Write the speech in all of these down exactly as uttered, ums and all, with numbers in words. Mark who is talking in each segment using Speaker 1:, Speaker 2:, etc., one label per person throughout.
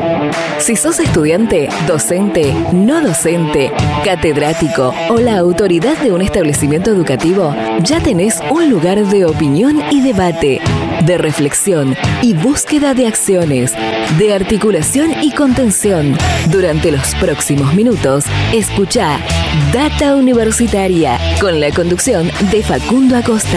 Speaker 1: Si sos estudiante, docente, no docente, catedrático o la autoridad de un establecimiento educativo, ya tenés un lugar de opinión y debate, de reflexión y búsqueda de acciones, de articulación y contención. Durante los próximos minutos, escuchá Data Universitaria con la conducción de Facundo Acosta.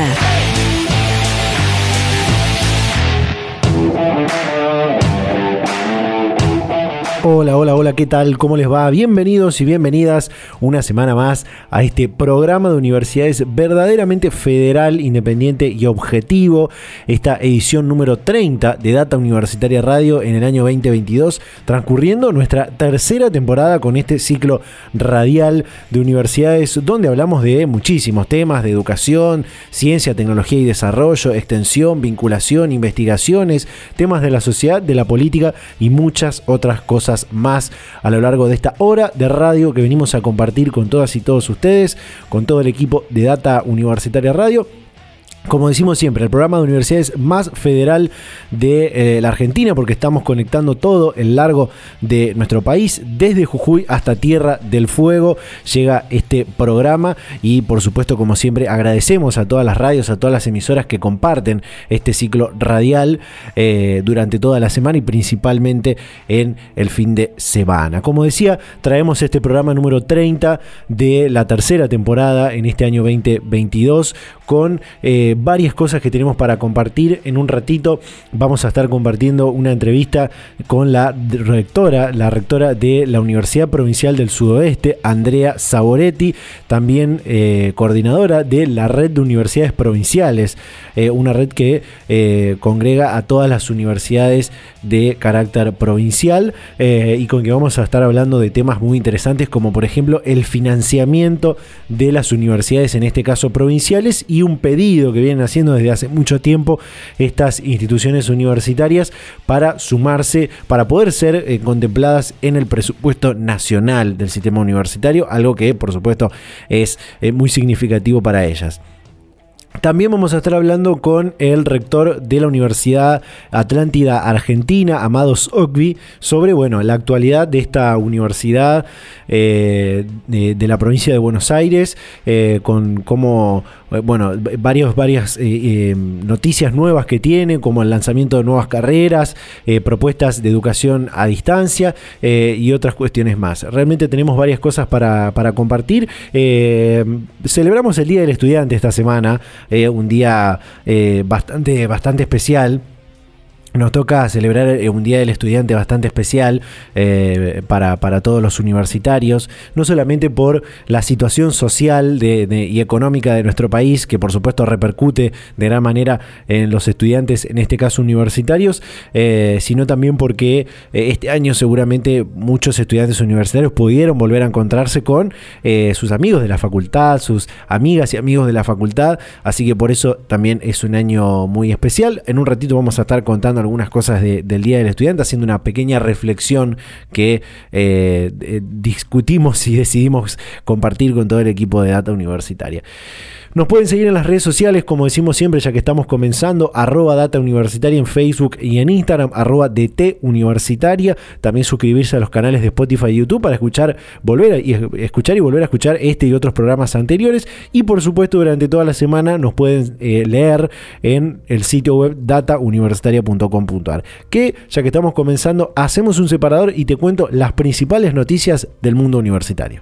Speaker 2: Hola, hola, hola, ¿qué tal? ¿Cómo les va? Bienvenidos y bienvenidas una semana más a este programa de universidades verdaderamente federal, independiente y objetivo. Esta edición número treinta de Data Universitaria Radio en el año veinte veintidós, transcurriendo nuestra tercera temporada con este ciclo radial de universidades donde hablamos de muchísimos temas de educación, ciencia, tecnología y desarrollo, extensión, vinculación, investigaciones, temas de la sociedad, de la política y muchas otras cosas más a lo largo de esta hora de radio que venimos a compartir con todas y todos ustedes, con todo el equipo de Data Universitaria Radio. Como decimos siempre, el programa de universidades más federal de eh, la Argentina, porque estamos conectando todo el largo de nuestro país, desde Jujuy hasta Tierra del Fuego, llega este programa y por supuesto, como siempre, agradecemos a todas las radios, a todas las emisoras que comparten este ciclo radial eh, durante toda la semana y principalmente en el fin de semana. Como decía, traemos este programa número treinta de la tercera temporada en este año veinte veintidós con eh, varias cosas que tenemos para compartir. En un ratito vamos a estar compartiendo una entrevista con la rectora, la rectora de la Universidad Provincial del Sudoeste, Andrea Saboretti, también eh, coordinadora de la Red de Universidades Provinciales, eh, una red que eh, congrega a todas las universidades de carácter provincial eh, y con que vamos a estar hablando de temas muy interesantes como por ejemplo el financiamiento de las universidades, en este caso provinciales, y un pedido que vienen haciendo desde hace mucho tiempo estas instituciones universitarias para sumarse, para poder ser eh, contempladas en el presupuesto nacional del sistema universitario, algo que por supuesto es eh, muy significativo para ellas. También vamos a estar hablando con el rector de la Universidad Atlántida Argentina, Amados Ogbi, sobre bueno, la actualidad de esta universidad eh, de, de la provincia de Buenos Aires, eh, con cómo, bueno, varios, varias eh, eh, noticias nuevas que tiene, como el lanzamiento de nuevas carreras, eh, propuestas de educación a distancia eh, y otras cuestiones más. Realmente tenemos varias cosas para, para compartir. Eh, celebramos el Día del Estudiante esta semana. Eh, un día eh, bastante, bastante especial. Nos toca celebrar un Día del Estudiante bastante especial eh, para, para todos los universitarios, no solamente por la situación social de, de, y económica de nuestro país, que por supuesto repercute de gran manera en los estudiantes, en este caso universitarios, eh, sino también porque eh, este año seguramente muchos estudiantes universitarios pudieron volver a encontrarse con eh, sus amigos de la facultad, sus amigas y amigos de la facultad, así que por eso también es un año muy especial. En un ratito vamos a estar contando algunas cosas de, del Día del Estudiante, haciendo una pequeña reflexión que eh, eh, discutimos y decidimos compartir con todo el equipo de Data Universitaria. Nos pueden seguir en las redes sociales, como decimos siempre, ya que estamos comenzando, arroba Data Universitaria en Facebook y en Instagram, arroba D T Universitaria. También suscribirse a los canales de Spotify y YouTube para escuchar, volver a, y escuchar y volver a escuchar este y otros programas anteriores. Y por supuesto, durante toda la semana nos pueden eh, leer en el sitio web data universitaria punto com punto a r. Que, ya que estamos comenzando, hacemos un separador y te cuento las principales noticias del mundo universitario.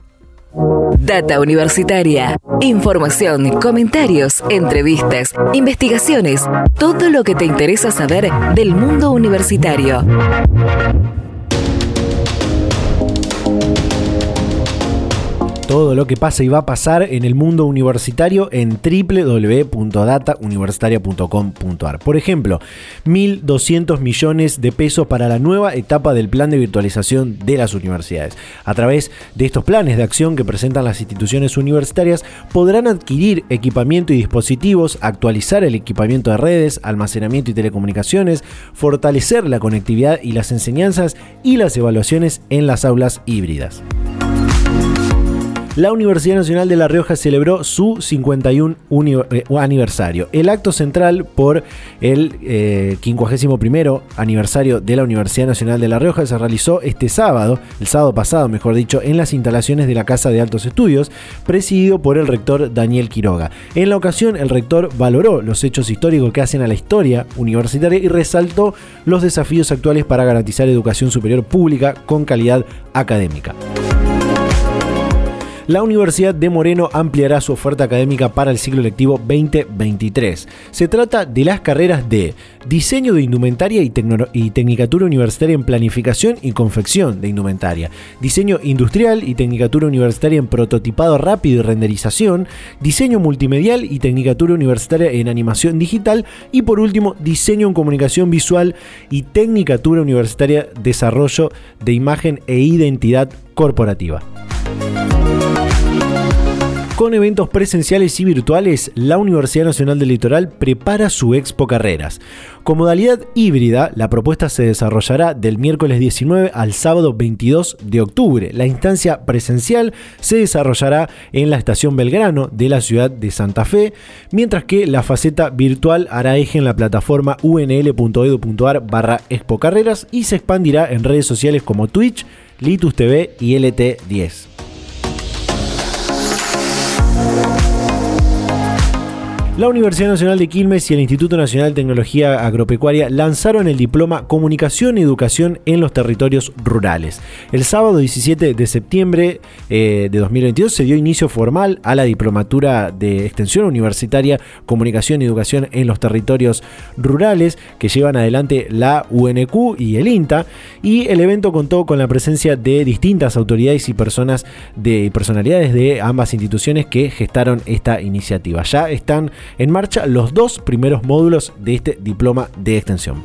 Speaker 1: Data Universitaria. Información, comentarios, entrevistas, investigaciones, todo lo que te interesa saber del mundo universitario.
Speaker 2: Todo lo que pasa y va a pasar en el mundo universitario en doble u doble u doble u punto data universitaria punto com punto a r. Por ejemplo, mil doscientos millones de pesos para la nueva etapa del plan de virtualización de las universidades. A través de estos planes de acción que presentan las instituciones universitarias, podrán adquirir equipamiento y dispositivos, actualizar el equipamiento de redes, almacenamiento y telecomunicaciones, fortalecer la conectividad y las enseñanzas y las evaluaciones en las aulas híbridas. la Universidad Nacional de La Rioja celebró su cincuenta y uno uni- eh, aniversario. El acto central por el eh, quincuagésimo primero aniversario de la Universidad Nacional de La Rioja se realizó este sábado, el sábado pasado mejor dicho, en las instalaciones de la Casa de Altos Estudios, presidido por el rector Daniel Quiroga. En la ocasión, el rector valoró los hechos históricos que hacen a la historia universitaria y resaltó los desafíos actuales para garantizar educación superior pública con calidad académica. La Universidad de Moreno ampliará su oferta académica para el ciclo lectivo veinte veintitrés. Se trata de las carreras de Diseño de Indumentaria y, Tecno- y Tecnicatura Universitaria en Planificación y Confección de Indumentaria, Diseño Industrial y Tecnicatura Universitaria en Prototipado Rápido y Renderización, Diseño Multimedial y Tecnicatura Universitaria en Animación Digital y por último Diseño en Comunicación Visual y Tecnicatura Universitaria Desarrollo de Imagen e Identidad Corporativa. Con eventos presenciales y virtuales, la Universidad Nacional del Litoral prepara su Expo Carreras. Con modalidad híbrida, la propuesta se desarrollará del miércoles diecinueve al sábado veintidós de octubre. La instancia presencial se desarrollará en la estación Belgrano de la ciudad de Santa Fe, mientras que la faceta virtual hará eje en la plataforma unl.edu.ar barra Expo Carreras y se expandirá en redes sociales como Twitch, Litus T V y L T diez. La Universidad Nacional de Quilmes y el Instituto Nacional de Tecnología Agropecuaria lanzaron el diploma Comunicación y Educación en los Territorios Rurales. El sábado diecisiete de septiembre eh, de dos mil veintidós se dio inicio formal a la diplomatura de extensión universitaria Comunicación y Educación en los Territorios Rurales que llevan adelante la U N Q y el INTA, y el evento contó con la presencia de distintas autoridades y personas de personalidades de ambas instituciones que gestaron esta iniciativa. Ya están en marcha los dos primeros módulos de este diploma de extensión.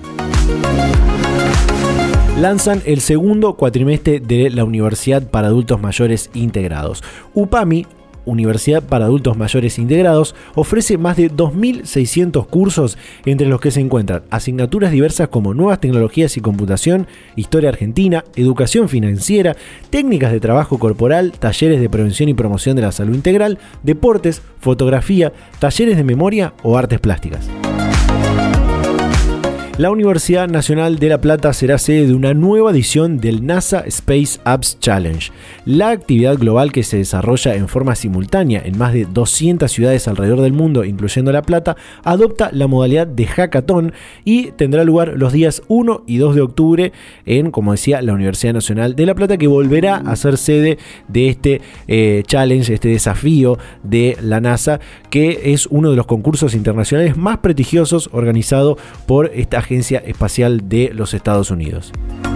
Speaker 2: Lanzan el segundo cuatrimestre de la Universidad para Adultos Mayores Integrados. UPAMI, Universidad para Adultos Mayores Integrados, ofrece más de dos mil seiscientos cursos, entre los que se encuentran asignaturas diversas como Nuevas Tecnologías y Computación, Historia Argentina, Educación Financiera, Técnicas de Trabajo Corporal, Talleres de Prevención y Promoción de la Salud Integral, Deportes, Fotografía, Talleres de Memoria o Artes Plásticas. La Universidad Nacional de La Plata será sede de una nueva edición del NASA Space Apps Challenge, la actividad global que se desarrolla en forma simultánea en más de doscientas ciudades alrededor del mundo, incluyendo La Plata, adopta la modalidad de hackathon y tendrá lugar los días uno y dos de octubre en, como decía, la Universidad Nacional de La Plata, que volverá a ser sede de este eh, challenge, este desafío de la NASA, que es uno de los concursos internacionales más prestigiosos organizado por esta Agencia Espacial de los Estados Unidos.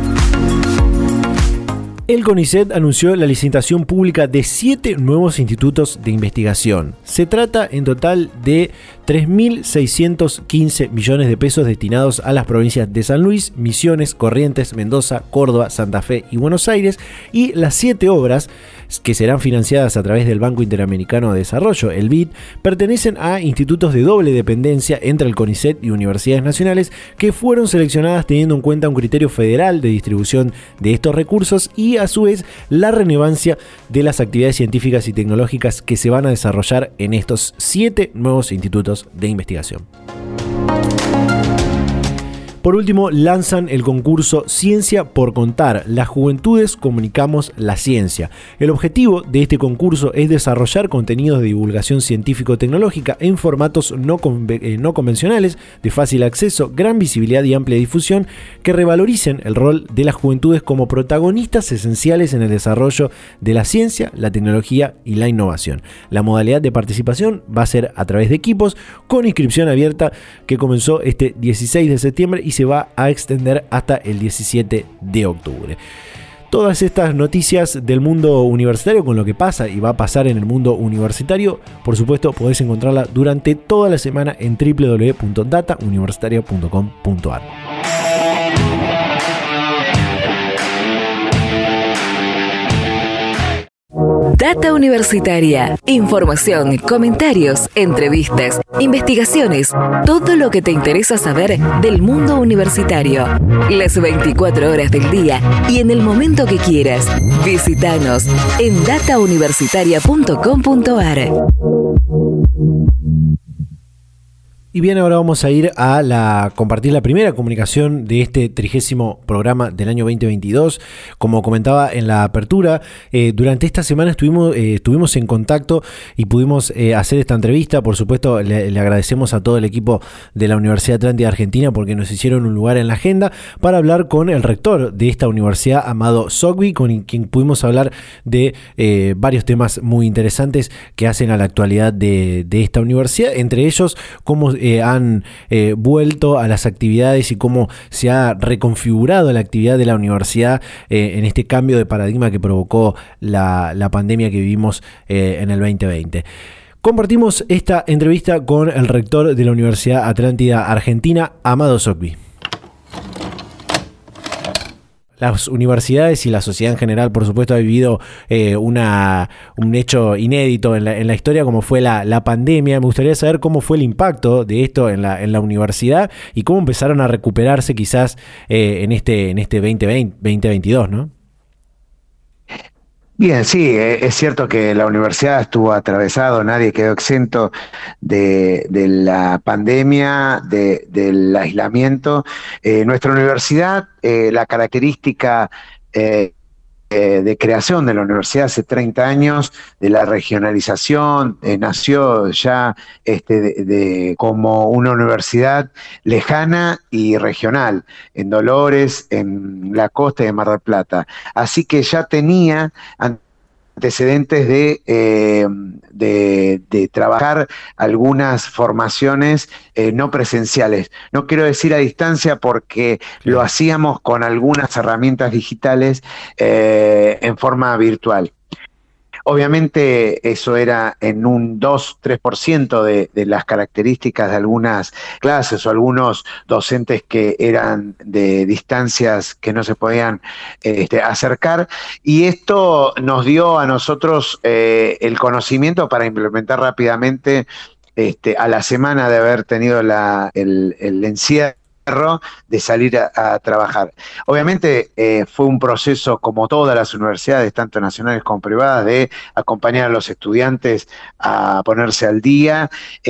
Speaker 2: El CONICET anunció la licitación pública de siete nuevos institutos de investigación. Se trata en total de tres mil seiscientos quince millones de pesos destinados a las provincias de San Luis, Misiones, Corrientes, Mendoza, Córdoba, Santa Fe y Buenos Aires, y las siete obras que serán financiadas a través del Banco Interamericano de Desarrollo, el B I D, pertenecen a institutos de doble dependencia entre el CONICET y universidades nacionales que fueron seleccionadas teniendo en cuenta un criterio federal de distribución de estos recursos y a su vez la relevancia de las actividades científicas y tecnológicas que se van a desarrollar en estos siete nuevos institutos de investigación. Por último, lanzan el concurso Ciencia por Contar. Las juventudes comunicamos la ciencia. El objetivo de este concurso es desarrollar contenidos de divulgación científico-tecnológica en formatos no, conve- eh, no convencionales, de fácil acceso, gran visibilidad y amplia difusión, que revaloricen el rol de las juventudes como protagonistas esenciales en el desarrollo de la ciencia, la tecnología y la innovación. La modalidad de participación va a ser a través de equipos, con inscripción abierta que comenzó este dieciséis de septiembre y se va a extender hasta el diecisiete de octubre. Todas estas noticias del mundo universitario, con lo que pasa y va a pasar en el mundo universitario, por supuesto podés encontrarla durante toda la semana en doble u doble u doble u punto data universitaria punto com punto a r.
Speaker 1: Data Universitaria. Información, comentarios, entrevistas, investigaciones, todo lo que te interesa saber del mundo universitario. Las veinticuatro horas del día y en el momento que quieras. Visítanos en data universitaria punto com punto a r.
Speaker 2: Y bien, ahora vamos a ir a la, compartir la primera comunicación de este trigésimo programa del año veinte veintidós. Como comentaba en la apertura, eh, durante esta semana estuvimos, eh, estuvimos en contacto y pudimos eh, hacer esta entrevista. Por supuesto, le, le agradecemos a todo el equipo de la Universidad Atlántida Argentina porque nos hicieron un lugar en la agenda para hablar con el rector de esta universidad, Amado Sogbi, con quien pudimos hablar de eh, varios temas muy interesantes que hacen a la actualidad de, de esta universidad, entre ellos cómo Eh, han eh, vuelto a las actividades y cómo se ha reconfigurado la actividad de la universidad eh, en este cambio de paradigma que provocó la, la pandemia que vivimos eh, en el veinte veinte. Compartimos esta entrevista con el rector de la Universidad Atlántida Argentina, Amado Sogbi. Las universidades y la sociedad en general, por supuesto, ha vivido eh, una, un hecho inédito en la, en la historia, como fue la, la pandemia. Me gustaría saber cómo fue el impacto de esto en la, en la universidad y cómo empezaron a recuperarse quizás eh, en este, en este veinte veinte, veinte veintidós, ¿no?
Speaker 3: Bien, sí, es cierto que la universidad estuvo atravesado, nadie quedó exento de, de la pandemia, de, del aislamiento. Eh, nuestra universidad, eh, la característica eh, eh, de creación de la universidad hace treinta años, de la regionalización, eh, nació ya este, de, de, como una universidad lejana y regional, en Dolores, en la costa de Mar del Plata. Así que ya tenía antecedentes de, eh, de, de trabajar algunas formaciones eh, no presenciales. No quiero decir a distancia porque lo hacíamos con algunas herramientas digitales eh, en forma virtual. Obviamente eso era en un dos a tres por ciento de, de las características de algunas clases o algunos docentes que eran de distancias que no se podían este, acercar, y esto nos dio a nosotros eh, el conocimiento para implementar rápidamente este, a la semana de haber tenido la, el, el encierro, de salir a, a trabajar. Obviamente eh, fue un proceso, como todas las universidades, tanto nacionales como privadas, de acompañar a los estudiantes a ponerse al día,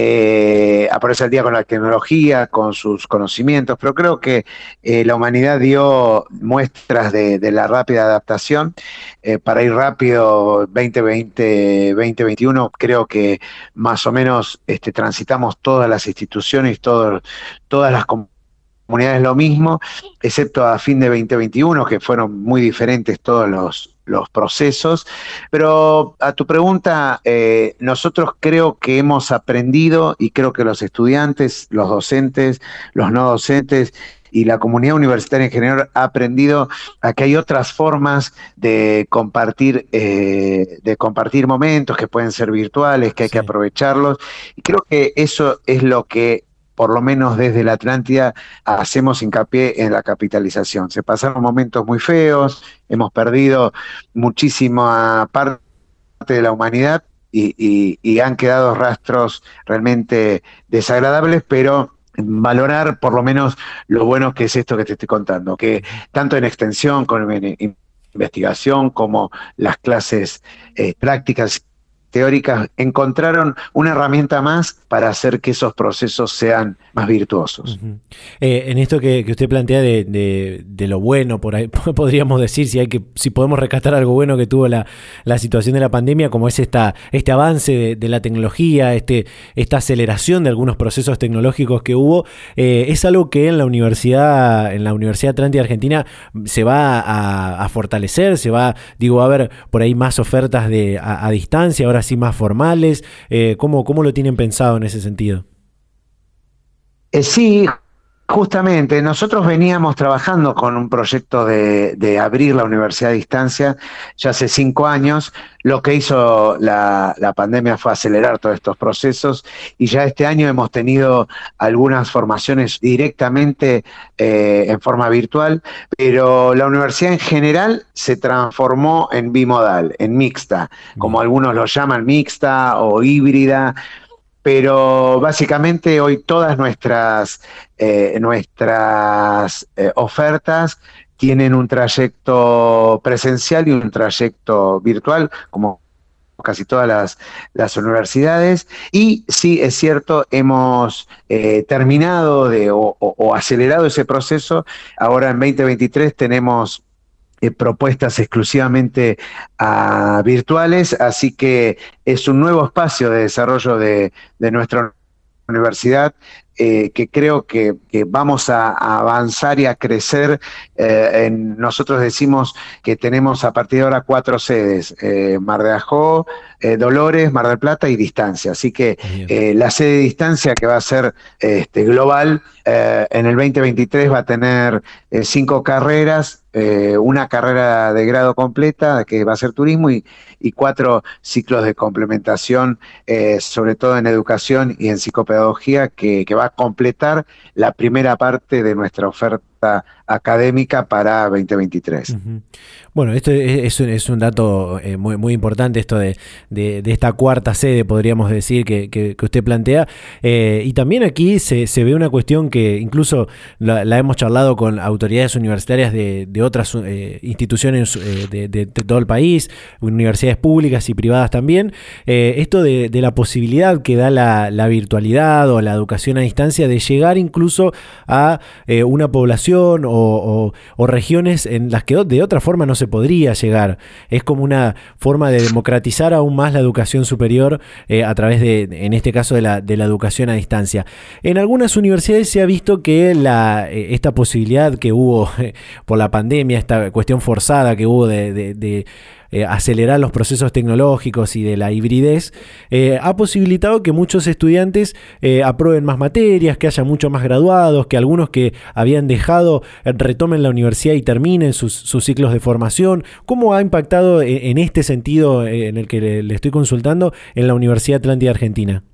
Speaker 3: eh, a ponerse al día con la tecnología, con sus conocimientos, pero creo que eh, la humanidad dio muestras de, de la rápida adaptación. Eh, para ir rápido, veinte veinte, veinte veintiuno, creo que más o menos este, transitamos todas las instituciones, todo, todas las comunidades, comunidades lo mismo, excepto a fin de veinte veintiuno, que fueron muy diferentes todos los, los procesos. Pero a tu pregunta, eh, nosotros creo que hemos aprendido, y creo que los estudiantes, los docentes, los no docentes y la comunidad universitaria en general ha aprendido a que hay otras formas de compartir, eh, de compartir momentos que pueden ser virtuales, que hay sí. que aprovecharlos. Y creo que eso es lo que, por lo menos desde la Atlántida, hacemos hincapié en la capitalización. Se pasaron momentos muy feos, hemos perdido muchísima parte de la humanidad y, y, y han quedado rastros realmente desagradables, pero valorar por lo menos lo bueno que es esto que te estoy contando, que tanto en extensión, como en investigación, como las clases eh, prácticas teóricas, encontraron una herramienta más para hacer que esos procesos sean más virtuosos.
Speaker 2: Uh-huh. Eh, en esto que, que usted plantea de, de, de lo bueno, por ahí podríamos decir, si hay que, si podemos rescatar algo bueno que tuvo la, la situación de la pandemia, como es esta, este avance de, de la tecnología, este, esta aceleración de algunos procesos tecnológicos que hubo, eh, es algo que en la universidad, en la Universidad Atlántida Argentina se va a, a fortalecer, se va, digo, a haber por ahí más ofertas de a, a distancia, ahora sí más formales. Eh, ¿cómo, ¿Cómo lo tienen pensado en ese sentido?
Speaker 3: Eh, sí, Justamente, nosotros veníamos trabajando con un proyecto de, de abrir la universidad a distancia ya hace cinco años. Lo que hizo la, la pandemia fue acelerar todos estos procesos y ya este año hemos tenido algunas formaciones directamente eh, en forma virtual, pero la universidad en general se transformó en bimodal, en mixta, como algunos lo llaman, mixta o híbrida. Pero básicamente hoy todas nuestras, eh, nuestras eh, ofertas tienen un trayecto presencial y un trayecto virtual, como casi todas las, las universidades. Y sí, es cierto, hemos eh, terminado de, o, o, o acelerado ese proceso. Ahora en veinte veintitrés tenemos Eh, propuestas exclusivamente uh, virtuales, así que es un nuevo espacio de desarrollo de, de nuestra universidad eh, que creo que, que vamos a, a avanzar y a crecer. Eh, en, nosotros decimos que tenemos a partir de ahora cuatro sedes, eh, Mar de Ajó, eh, Dolores, Mar del Plata y Distancia, así que eh, la sede de Distancia, que va a ser este, global, eh, en el veinte veintitrés va a tener eh, cinco carreras, Eh, una carrera de grado completa, que va a ser turismo, y, y cuatro ciclos de complementación, eh, sobre todo en educación y en psicopedagogía, que, que va a completar la primera parte de nuestra oferta académica para veinte veintitrés.
Speaker 2: Uh-huh. Bueno, esto es, es un dato eh, muy, muy importante, esto de, de, de esta cuarta sede, podríamos decir, que, que, que usted plantea. Eh, y también aquí se, se ve una cuestión que incluso la, la hemos charlado con autoridades universitarias de, de otras eh, instituciones eh, de, de, de todo el país, universidades públicas y privadas también. Eh, esto de, de la posibilidad que da la, la virtualidad o la educación a distancia de llegar incluso a eh, una población o O, o, o regiones en las que de otra forma no se podría llegar. Es como una forma de democratizar aún más la educación superior eh, a través de, en este caso, de la, de la educación a distancia. En algunas universidades se ha visto que la, eh, esta posibilidad que hubo eh, por la pandemia, esta cuestión forzada que hubo de, de, de Eh, acelerar los procesos tecnológicos y de la hibridez, eh, ha posibilitado que muchos estudiantes eh, aprueben más materias, que haya muchos más graduados, que algunos que habían dejado eh, retomen la universidad y terminen sus, sus ciclos de formación. ¿Cómo ha impactado en, en este sentido eh, en el que le, le estoy consultando en la Universidad Atlántida Argentina?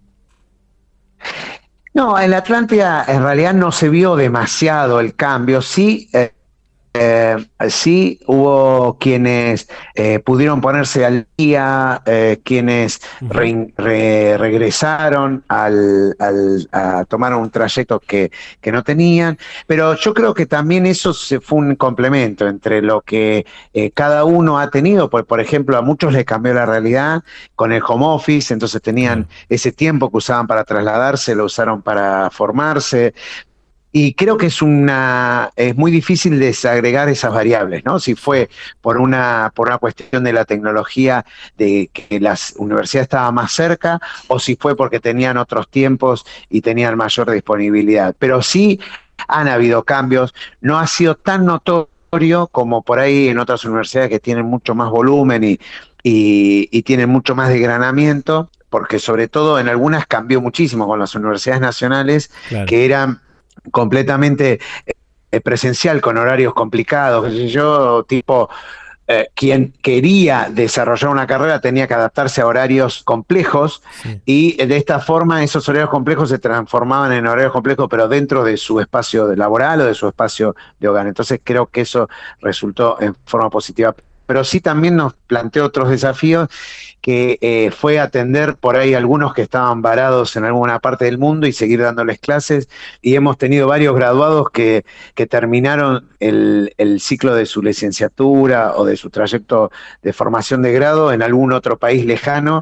Speaker 3: No, en la Atlántida en realidad no se vio demasiado el cambio, sí. Eh, Eh, sí, hubo quienes eh, pudieron ponerse al día, eh, quienes re, re, regresaron al, al, a tomar un trayecto que, que no tenían, pero yo creo que también eso se fue un complemento entre lo que eh, cada uno ha tenido. Por, por ejemplo, a muchos les cambió la realidad con el home office, entonces tenían ese tiempo que usaban para trasladarse, lo usaron para formarse. Y creo que es una es muy difícil desagregar esas variables, ¿no? Si fue por una por una cuestión de la tecnología, de que las universidades estaban más cerca, o si fue porque tenían otros tiempos y tenían mayor disponibilidad. Pero sí han habido cambios. No ha sido tan notorio como por ahí en otras universidades que tienen mucho más volumen y, y, y tienen mucho más desgranamiento, porque sobre todo en algunas cambió muchísimo con las universidades nacionales, claro, que eran completamente eh, presencial, con horarios complicados, qué sé yo, tipo, eh, quien quería desarrollar una carrera tenía que adaptarse a horarios complejos, sí, y de esta forma esos horarios complejos se transformaban en horarios complejos, pero dentro de su espacio laboral o de su espacio de hogar. Entonces creo que eso resultó en forma positiva. Pero sí también nos planteó otros desafíos, que eh, fue atender por ahí algunos que estaban varados en alguna parte del mundo y seguir dándoles clases, y hemos tenido varios graduados que, que terminaron el, el ciclo de su licenciatura o de su trayecto de formación de grado en algún otro país lejano,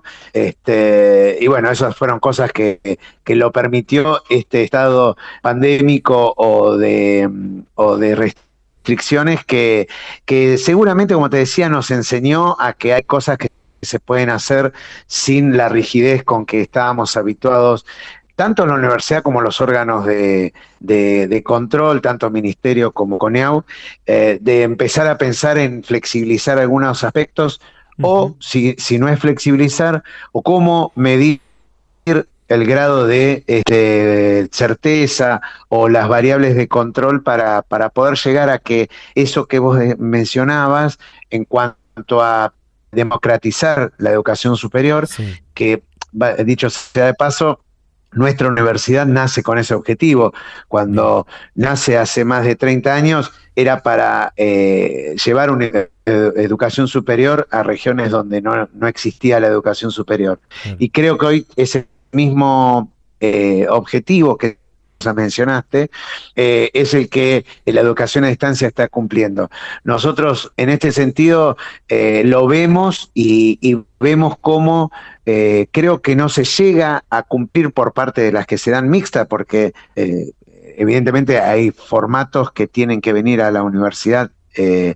Speaker 3: este, y bueno, esas fueron cosas que, que lo permitió este estado pandémico o de, o de restricción, restricciones que, que seguramente, como te decía, nos enseñó a que hay cosas que se pueden hacer sin la rigidez con que estábamos habituados, tanto en la universidad como los órganos de, de, de control, tanto Ministerio como CONEAU, eh, de empezar a pensar en flexibilizar algunos aspectos, uh-huh, o si, si no es flexibilizar, o cómo medir el grado de este, certeza o las variables de control para, para poder llegar a que eso que vos mencionabas en cuanto a democratizar la educación superior, sí. que dicho sea de paso, nuestra universidad nace con ese objetivo. Cuando Bien. nace hace más de treinta años, era para eh, llevar una eh, educación superior a regiones donde no, no existía la educación superior. Bien. Y creo que hoy ese mismo eh, objetivo que ya mencionaste, eh, es el que la educación a distancia está cumpliendo. Nosotros en este sentido eh, lo vemos y, y vemos cómo eh, creo que no se llega a cumplir por parte de las que se dan mixtas, porque eh, evidentemente hay formatos que tienen que venir a la universidad eh,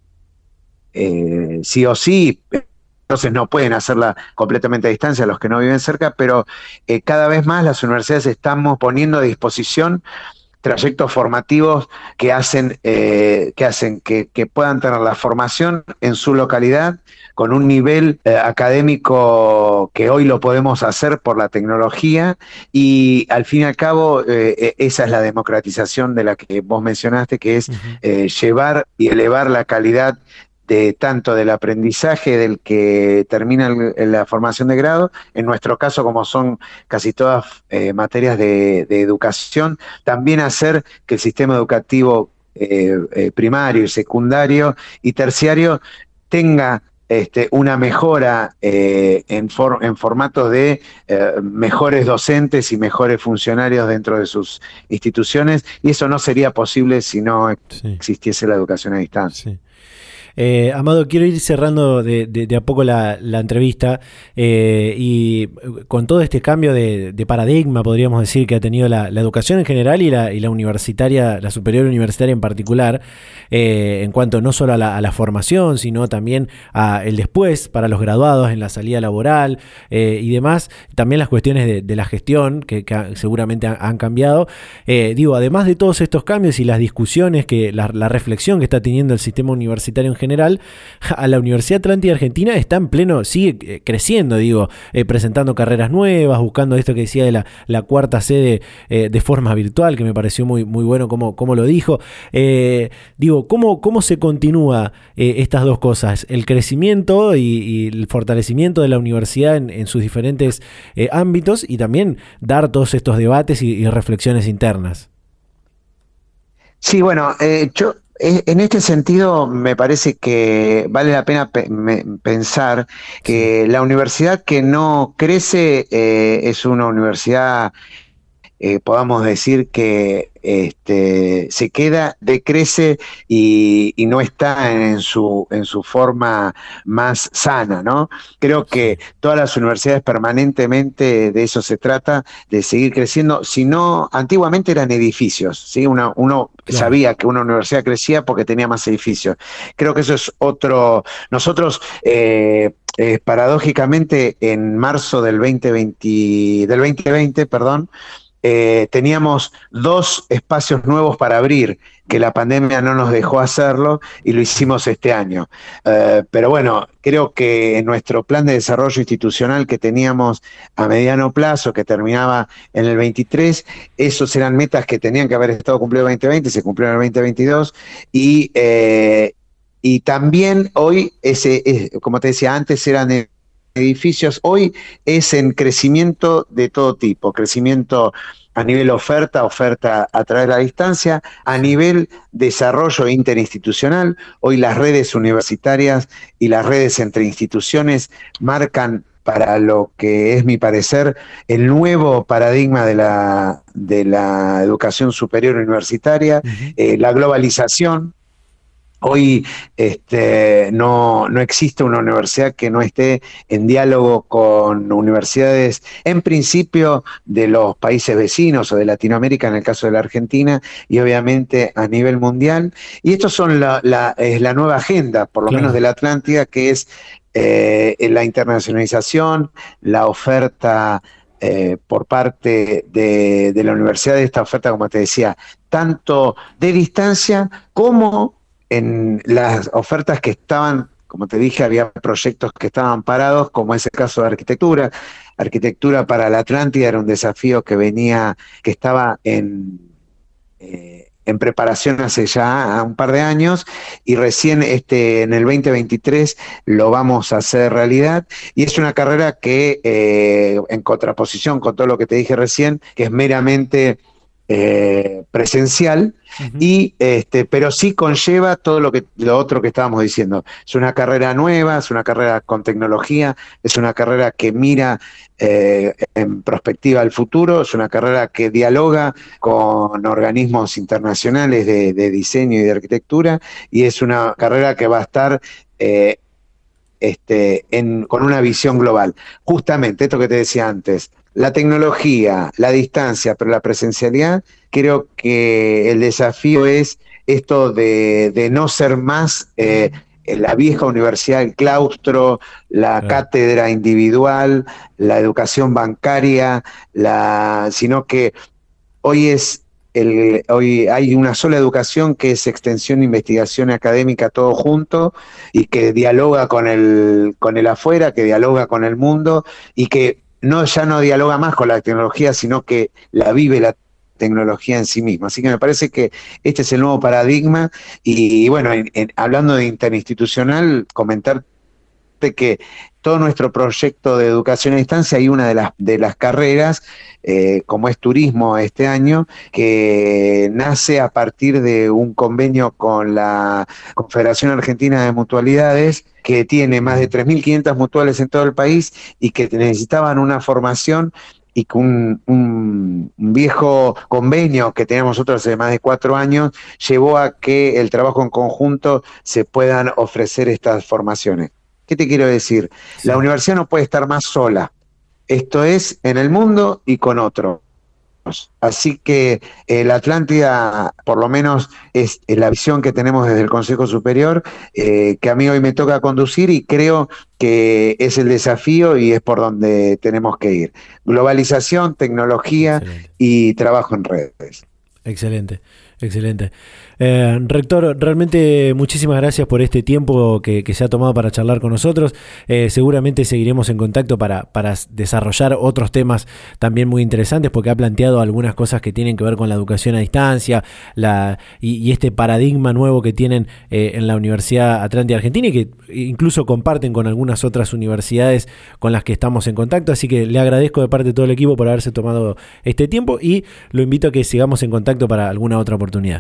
Speaker 3: eh, sí o sí. Entonces no pueden hacerla completamente a distancia los que no viven cerca, pero eh, cada vez más las universidades estamos poniendo a disposición trayectos formativos que hacen, eh, que, hacen que, que puedan tener la formación en su localidad con un nivel eh, académico que hoy lo podemos hacer por la tecnología, y al fin y al cabo eh, esa es la democratización de la que vos mencionaste, que es uh-huh. eh, llevar y elevar la calidad de tanto del aprendizaje del que termina el, la formación de grado, en nuestro caso como son casi todas eh, materias de, de educación, también hacer que el sistema educativo eh, eh, primario y secundario y terciario tenga este, una mejora eh, en, for, en formatos de eh, mejores docentes y mejores funcionarios dentro de sus instituciones, y eso no sería posible si no sí. existiese la educación a distancia.
Speaker 2: Sí. Eh, Amado, quiero ir cerrando de, de, de a poco la, la entrevista eh, y con todo este cambio de, de paradigma, podríamos decir, que ha tenido la, la educación en general y la, y la universitaria, la superior universitaria en particular, eh, en cuanto no solo a la, a la formación, sino también a el después para los graduados en la salida laboral eh, y demás, también las cuestiones de, de la gestión que, que seguramente han, han cambiado. Eh, digo, además de todos estos cambios y las discusiones, que la, la reflexión que está teniendo el sistema universitario en general, general, a la Universidad Atlántida Argentina está en pleno, sigue creciendo, digo, eh, presentando carreras nuevas, buscando esto que decía de la, la cuarta sede eh, de forma virtual, que me pareció muy, muy bueno como, como lo dijo. Eh, digo, ¿cómo, cómo se continúa eh, estas dos cosas? El crecimiento y, y el fortalecimiento de la universidad en, en sus diferentes eh, ámbitos, y también dar todos estos debates y, y reflexiones internas.
Speaker 3: Sí, bueno, eh, yo... en este sentido, me parece que vale la pena pe- me, pensar que sí. la universidad que no crece eh, es una universidad, eh, podamos decir que este, se queda, decrece y, y no está en su, en su forma más sana, ¿no? Creo que todas las universidades permanentemente de eso se trata, de seguir creciendo. Si no, antiguamente eran edificios, ¿sí? Una, uno claro. sabía que una universidad crecía porque tenía más edificios. Creo que eso es otro. Nosotros, eh, eh, paradójicamente, en marzo del veinte veinte, del veinte veinte, perdón, Eh, teníamos dos espacios nuevos para abrir, que la pandemia no nos dejó hacerlo, y lo hicimos este año. Eh, pero bueno, creo que en nuestro plan de desarrollo institucional que teníamos a mediano plazo, que terminaba en el veintitrés, esos eran metas que tenían que haber estado cumplidos en el veinte veinte, se cumplieron en el veinte veintidós, y, eh, y también hoy, ese, es, como te decía antes, eran edificios, hoy es en crecimiento de todo tipo, crecimiento a nivel oferta, oferta a través de la distancia, a nivel desarrollo interinstitucional. Hoy las redes universitarias y las redes entre instituciones marcan, para lo que es mi parecer, el nuevo paradigma de la, de la educación superior universitaria, uh-huh. eh, la globalización. Hoy este, no, no existe una universidad que no esté en diálogo con universidades, en principio, de los países vecinos o de Latinoamérica, en el caso de la Argentina, y obviamente a nivel mundial. Y esto son la, la, es la nueva agenda, por lo claro. menos de la Atlántida, que es eh, la internacionalización, la oferta eh, por parte de, de la universidad, de esta oferta, como te decía, tanto de distancia como en las ofertas que estaban como te dije, había proyectos que estaban parados, como es el caso de arquitectura. Arquitectura para la Atlántida era un desafío que venía, que estaba en, eh, en preparación hace ya un par de años, y recién este, en el veinte veintitrés lo vamos a hacer realidad, y es una carrera que, eh, en contraposición con todo lo que te dije recién, que es meramente eh, presencial, uh-huh. y este, pero sí conlleva todo lo que lo otro que estábamos diciendo. Es una carrera nueva, es una carrera con tecnología, es una carrera que mira eh, en perspectiva al futuro, es una carrera que dialoga con organismos internacionales de, de diseño y de arquitectura, y es una carrera que va a estar eh, este, en, con una visión global. Justamente esto que te decía antes, la tecnología, la distancia, pero la presencialidad, creo que el desafío es esto de, de no ser más eh, la vieja universidad, el claustro, la claro. cátedra individual, la educación bancaria, la, sino que hoy es el, hoy hay una sola educación que es extensión, investigación académica, todo junto, y que dialoga con el, con el afuera, que dialoga con el mundo, y que no ya no dialoga más con la tecnología, sino que la vive la tecnología en sí misma. Así que me parece que este es el nuevo paradigma, y, y bueno, en, en, hablando de interinstitucional, comentarte que todo nuestro proyecto de educación a distancia, hay una de las, de las carreras, eh, como es turismo este año, que nace a partir de un convenio con la Confederación Argentina de Mutualidades, que tiene más de tres mil quinientas mutuales en todo el país y que necesitaban una formación, y que un, un, un viejo convenio que teníamos nosotros hace más de cuatro años llevó a que el trabajo en conjunto se puedan ofrecer estas formaciones. ¿Qué te quiero decir? Sí. La universidad no puede estar más sola. Esto es en el mundo y con otros. Así que eh, la Atlántida, por lo menos, es, es la visión que tenemos desde el Consejo Superior, eh, que a mí hoy me toca conducir, y creo que es el desafío y es por donde tenemos que ir. Globalización, tecnología Excelente. Y trabajo en redes.
Speaker 2: Excelente, excelente. Eh, rector, realmente muchísimas gracias por este tiempo que, que se ha tomado para charlar con nosotros. Eh, seguramente seguiremos en contacto para, para desarrollar otros temas también muy interesantes, porque ha planteado algunas cosas que tienen que ver con la educación a distancia la, y, y este paradigma nuevo que tienen eh, en la Universidad Atlántida Argentina, y que incluso comparten con algunas otras universidades con las que estamos en contacto. Así que le agradezco de parte de todo el equipo por haberse tomado este tiempo, y lo invito a que sigamos en contacto para alguna otra oportunidad.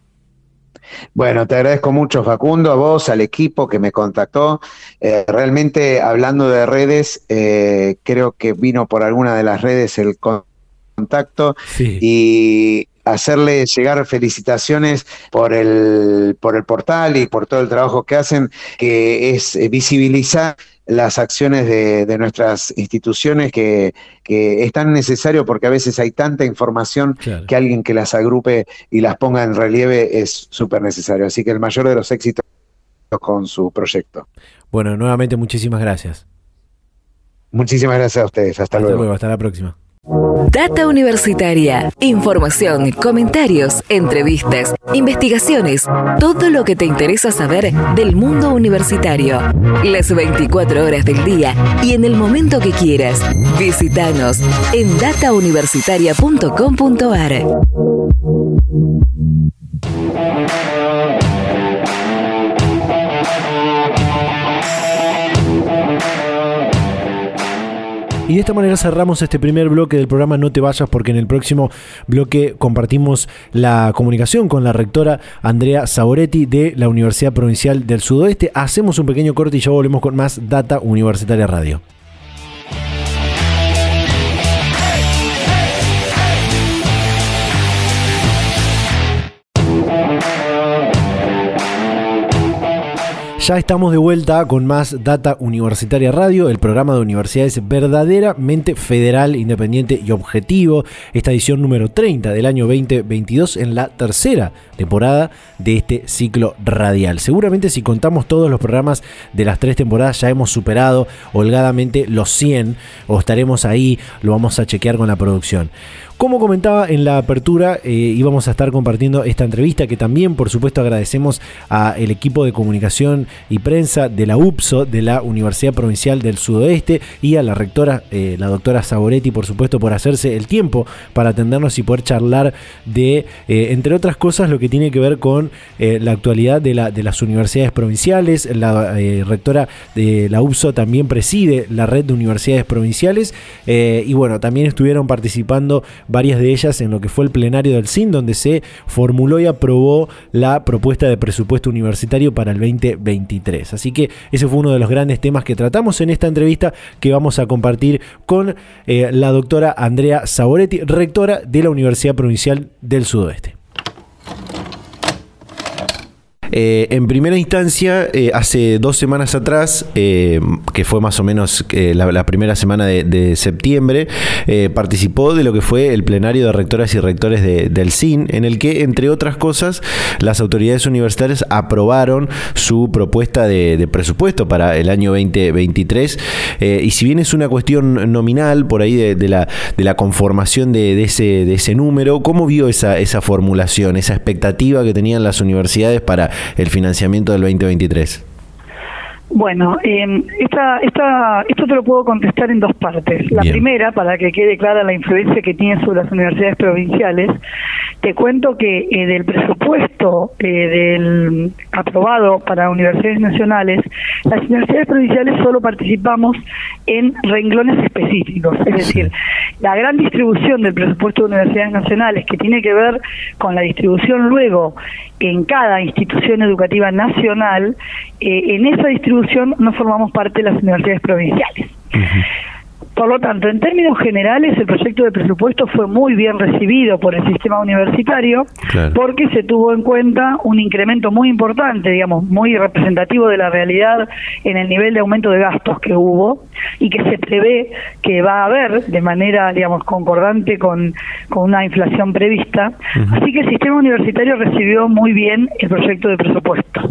Speaker 3: Bueno, te agradezco mucho, Facundo, a vos, al equipo que me contactó. Eh, realmente, hablando de redes, eh, creo que vino por alguna de las redes el contacto, sí. Y hacerle llegar felicitaciones por el, por el portal y por todo el trabajo que hacen, que es visibilizar las acciones de, de nuestras instituciones, que, que es tan necesario, porque a veces hay tanta información, claro, que alguien que las agrupe y las ponga en relieve es súper necesario. Así que el mayor de los éxitos con su proyecto.
Speaker 2: Bueno, nuevamente muchísimas gracias.
Speaker 3: Muchísimas gracias a ustedes. Hasta, hasta luego.
Speaker 2: luego. Hasta la próxima.
Speaker 1: Data Universitaria. Información, comentarios, entrevistas, investigaciones, todo lo que te interesa saber del mundo universitario. Las veinticuatro horas del día y en el momento que quieras. Visítanos en data universitaria punto com punto a r.
Speaker 2: Y de esta manera cerramos este primer bloque del programa. No te vayas, porque en el próximo bloque compartimos la comunicación con la rectora Andrea Saboretti de la Universidad Provincial del Sudoeste. Hacemos un pequeño corte y ya volvemos con más Data Universitaria Radio. Ya estamos de vuelta con más Data Universitaria Radio, el programa de universidades verdaderamente federal, independiente y objetivo. Esta edición número treinta del año veinte veintidós, en la tercera temporada de este ciclo radial. Seguramente, si contamos todos los programas de las tres temporadas, ya hemos superado holgadamente los cien, o estaremos ahí, lo vamos a chequear con la producción. como comentaba en la apertura, eh, íbamos a estar compartiendo esta entrevista, que también, por supuesto, agradecemos al equipo de comunicación y prensa de la U P S O, de la Universidad Provincial del Sudoeste, y a la rectora, eh, la doctora Saboretti, por supuesto, por hacerse el tiempo para atendernos y poder charlar de, eh, entre otras cosas, lo que tiene que ver con eh, la actualidad de, la, de las universidades provinciales. La eh, rectora de la U P S O también preside la red de universidades provinciales, eh, y bueno, también estuvieron participando varias de ellas en lo que fue el plenario del S I N, donde se formuló y aprobó la propuesta de presupuesto universitario para el veinte veintitrés. Así que ese fue uno de los grandes temas que tratamos en esta entrevista, que vamos a compartir con eh, la doctora Andrea Saboretti, rectora de la Universidad Provincial del Sudoeste. Eh, en primera instancia, eh, hace dos semanas atrás, eh, que fue más o menos eh, la, la primera semana de, de septiembre, eh, participó de lo que fue el plenario de rectoras y rectores de, del S I N, en el que, entre otras cosas, las autoridades universitarias aprobaron su propuesta de, de presupuesto para el año veinte veintitrés, eh, y si bien es una cuestión nominal por ahí de, de, la, de la conformación de, de, ese, de ese número, ¿cómo vio esa, esa formulación, esa expectativa que tenían las universidades para el financiamiento del veinte veintitrés?
Speaker 4: Bueno, eh, esta, esta, esto te lo puedo contestar en dos partes. La
Speaker 2: Bien.
Speaker 4: Primera, para que quede clara la influencia que tiene sobre las universidades provinciales, te cuento que eh, del presupuesto eh, del aprobado para universidades nacionales, las universidades provinciales solo participamos en renglones específicos, es decir, la gran distribución del presupuesto de universidades nacionales, que tiene que ver con la distribución luego en cada institución educativa nacional, eh, en esa distribución no formamos parte de las universidades provinciales. Uh-huh. Por lo tanto, en términos generales, el proyecto de presupuesto fue muy bien recibido por el sistema universitario, claro, porque se tuvo en cuenta un incremento muy importante, digamos, muy representativo de la realidad en el nivel de aumento de gastos que hubo y que se prevé que va a haber de manera, digamos, concordante con, con una inflación prevista. Uh-huh. Así que el sistema universitario recibió muy bien el proyecto de presupuesto.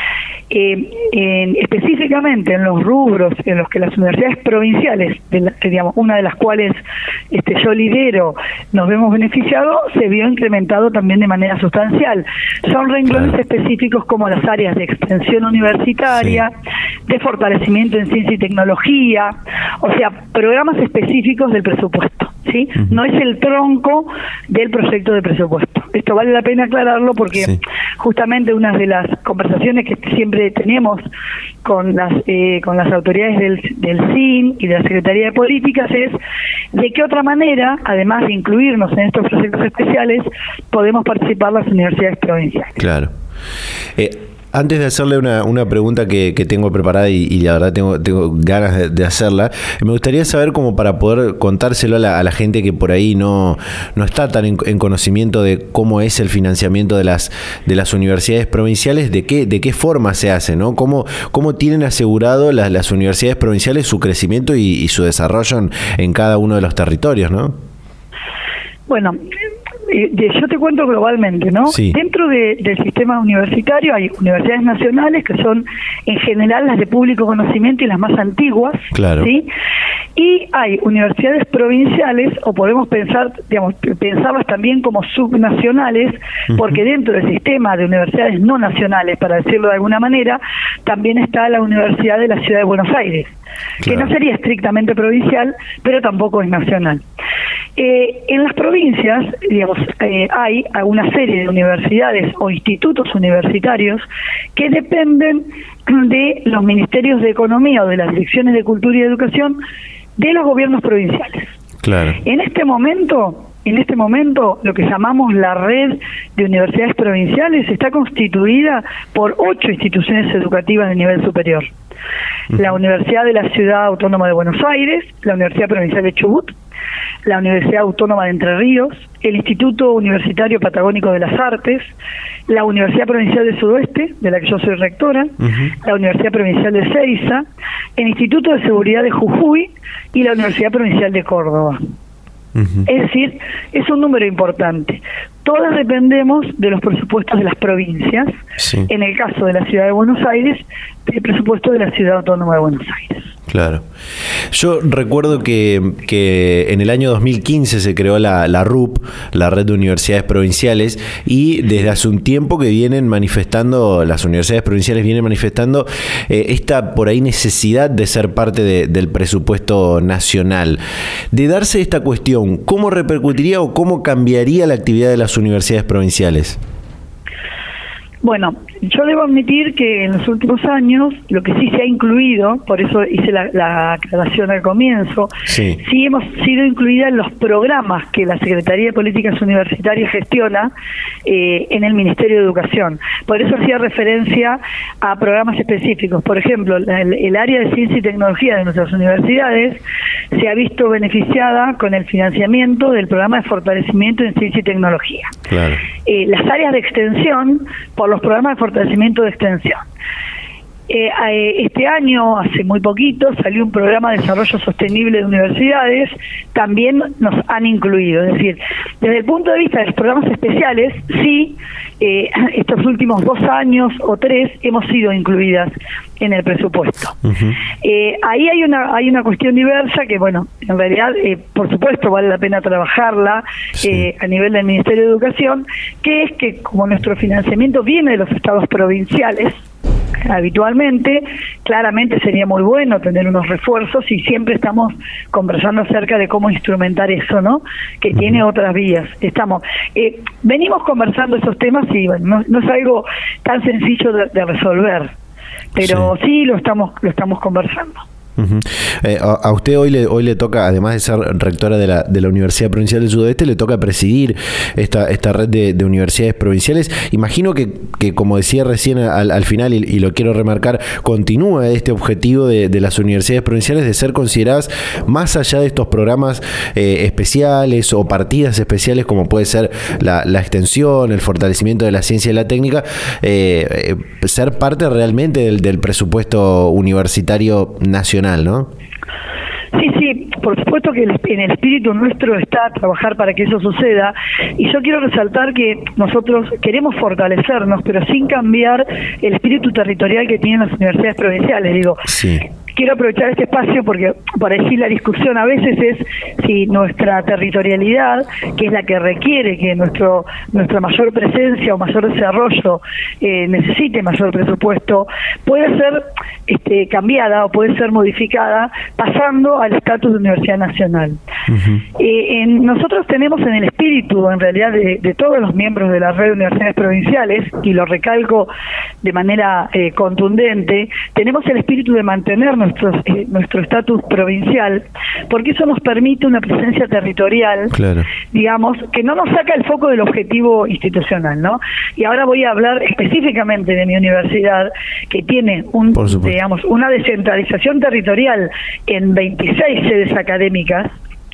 Speaker 4: Eh, en, específicamente en los rubros en los que las universidades provinciales, de la, digamos, una de las cuales este, yo lidero, nos vemos beneficiados, se vio incrementado también de manera sustancial. Son renglones claro. específicos como las áreas de extensión universitaria, sí. de fortalecimiento en ciencia y tecnología, o sea, programas específicos del presupuesto, ¿sí? Uh-huh. No es el tronco del proyecto de presupuesto. Esto vale la pena aclararlo porque sí. justamente una de las conversaciones que siempre tenemos con las eh, con las autoridades del, del S I N y de la Secretaría de Políticas es de qué otra manera, además de incluirnos en estos proyectos especiales, podemos participar las universidades provinciales.
Speaker 2: Claro. Eh, Antes de hacerle una, una pregunta que, que tengo preparada y, y la verdad tengo, tengo ganas de, de hacerla, me gustaría saber, como para poder contárselo a la, a la gente que por ahí no, no está tan en, en conocimiento de cómo es el financiamiento de las de las universidades provinciales, de qué de qué forma se hace, ¿no? Cómo, cómo tienen asegurado las, las universidades provinciales su crecimiento y, y su desarrollo en, en cada uno de los territorios, ¿no?
Speaker 4: Bueno, eh, yo te cuento globalmente, ¿no?
Speaker 2: Sí.
Speaker 4: Dentro de, del sistema universitario hay universidades nacionales que son en general las de público conocimiento y las más antiguas,
Speaker 2: claro.
Speaker 4: ¿sí? Y hay universidades provinciales, o podemos pensar, digamos, pensarlas también como subnacionales, uh-huh. porque dentro del sistema de universidades no nacionales, para decirlo de alguna manera, también está la Universidad de la Ciudad de Buenos Aires, claro. que no sería estrictamente provincial, pero tampoco es nacional. Eh, en las provincias, digamos, eh, hay una serie de universidades o institutos universitarios que dependen de los ministerios de Economía o de las direcciones de Cultura y Educación de los gobiernos provinciales.
Speaker 2: Claro.
Speaker 4: En este momento, en este momento, lo que llamamos la red de universidades provinciales está constituida por ocho instituciones educativas de nivel superior. Uh-huh. La Universidad de la Ciudad Autónoma de Buenos Aires, la Universidad Provincial de Chubut, la Universidad Autónoma de Entre Ríos, el Instituto Universitario Patagónico de las Artes, la Universidad Provincial del Sudoeste, de la que yo soy rectora, uh-huh. la Universidad Provincial de Ceiza, el Instituto de Seguridad de Jujuy y la Universidad Provincial de Córdoba. Uh-huh. Es decir, es un número importante. Todas dependemos de los presupuestos de las provincias. Sí. En el caso de la Ciudad de Buenos Aires, el presupuesto de la Ciudad Autónoma de Buenos Aires.
Speaker 2: Claro. Yo recuerdo que, que en el año dos mil quince se creó la, la R U P, la Red de Universidades Provinciales, y desde hace un tiempo que vienen manifestando, las universidades provinciales vienen manifestando eh, esta por ahí necesidad de ser parte de, del presupuesto nacional. De darse esta cuestión, ¿cómo repercutiría o cómo cambiaría la actividad de las universidades provinciales?
Speaker 4: Bueno, yo debo admitir que en los últimos años, lo que sí se ha incluido, por eso hice la, la aclaración al comienzo, sí. sí hemos sido incluidas en los programas que la Secretaría de Políticas Universitarias gestiona eh, en el Ministerio de Educación. Por eso hacía referencia a programas específicos. Por ejemplo, la, el, el área de ciencia y tecnología de nuestras universidades se ha visto beneficiada con el financiamiento del programa de fortalecimiento en ciencia y tecnología. Claro. Eh, las áreas de extensión, por los programas de fortalecimiento de extensión. Eh, este año, hace muy poquito, salió un programa de desarrollo sostenible de universidades, también nos han incluido. Es decir, desde el punto de vista de los programas especiales, sí, eh, estos últimos dos años o tres hemos sido incluidas en el presupuesto. Uh-huh. Eh, ahí hay una hay una cuestión diversa que, bueno, en realidad, eh, por supuesto, vale la pena trabajarla sí. eh, a nivel del Ministerio de Educación, que es que como nuestro financiamiento viene de los estados provinciales, habitualmente, claramente sería muy bueno tener unos refuerzos y siempre estamos conversando acerca de cómo instrumentar eso, ¿no? Que uh-huh. tiene otras vías. Estamos, eh, venimos conversando esos temas y bueno, no, no es algo tan sencillo de, de resolver, pero sí. sí lo estamos lo estamos conversando.
Speaker 2: Uh-huh. Eh, a, a usted hoy le hoy le toca, además de ser rectora de la de la Universidad Provincial del Sudeste, le toca presidir esta esta red de, de universidades provinciales. Imagino que, que como decía recién al, al final, y, y lo quiero remarcar, continúa este objetivo de, de las universidades provinciales de ser consideradas más allá de estos programas eh, especiales o partidas especiales, como puede ser la, la extensión, el fortalecimiento de la ciencia y la técnica, eh, eh, ser parte realmente del, del presupuesto universitario nacional, ¿no?
Speaker 4: Sí, sí, por supuesto que en el espíritu nuestro está trabajar para que eso suceda, y yo quiero resaltar que nosotros queremos fortalecernos, pero sin cambiar el espíritu territorial que tienen las universidades provinciales. Digo, sí. Quiero aprovechar este espacio porque por ahí la discusión a veces es si nuestra territorialidad, que es la que requiere que nuestro nuestra mayor presencia o mayor desarrollo eh, necesite mayor presupuesto, puede ser este, cambiada o puede ser modificada pasando al estatus de universidad nacional. Uh-huh. Eh, en, nosotros tenemos en el espíritu, en realidad, de, de todos los miembros de la red de universidades provinciales, y lo recalco de manera eh, contundente, tenemos el espíritu de mantener nuestros, eh, nuestro estatus provincial, porque eso nos permite una presencia territorial, claro. digamos, que no nos saca el foco del objetivo institucional, ¿no? Y ahora voy a hablar específicamente de mi universidad, que tiene un, digamos, una descentralización territorial en veintiséis sedes académicas,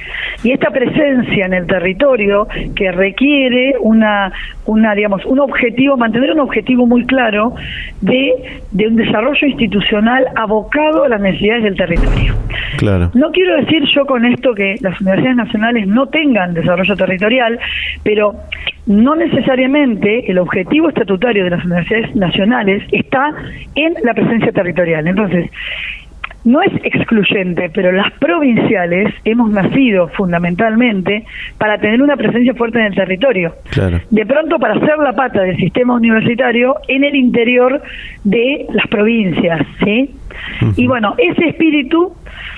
Speaker 4: y esta presencia en el territorio que requiere una, una digamos, un objetivo, mantener un objetivo muy claro de, de un desarrollo institucional abocado a las necesidades del territorio. Claro. No quiero decir yo con esto que las universidades nacionales no tengan desarrollo territorial, pero no necesariamente el objetivo estatutario de las universidades nacionales está en la presencia territorial. Entonces, no es excluyente, pero las provinciales hemos nacido fundamentalmente para tener una presencia fuerte en el territorio. Claro. De pronto, para ser la pata del sistema universitario en el interior de las provincias, ¿sí? Uh-huh. Y bueno, ese espíritu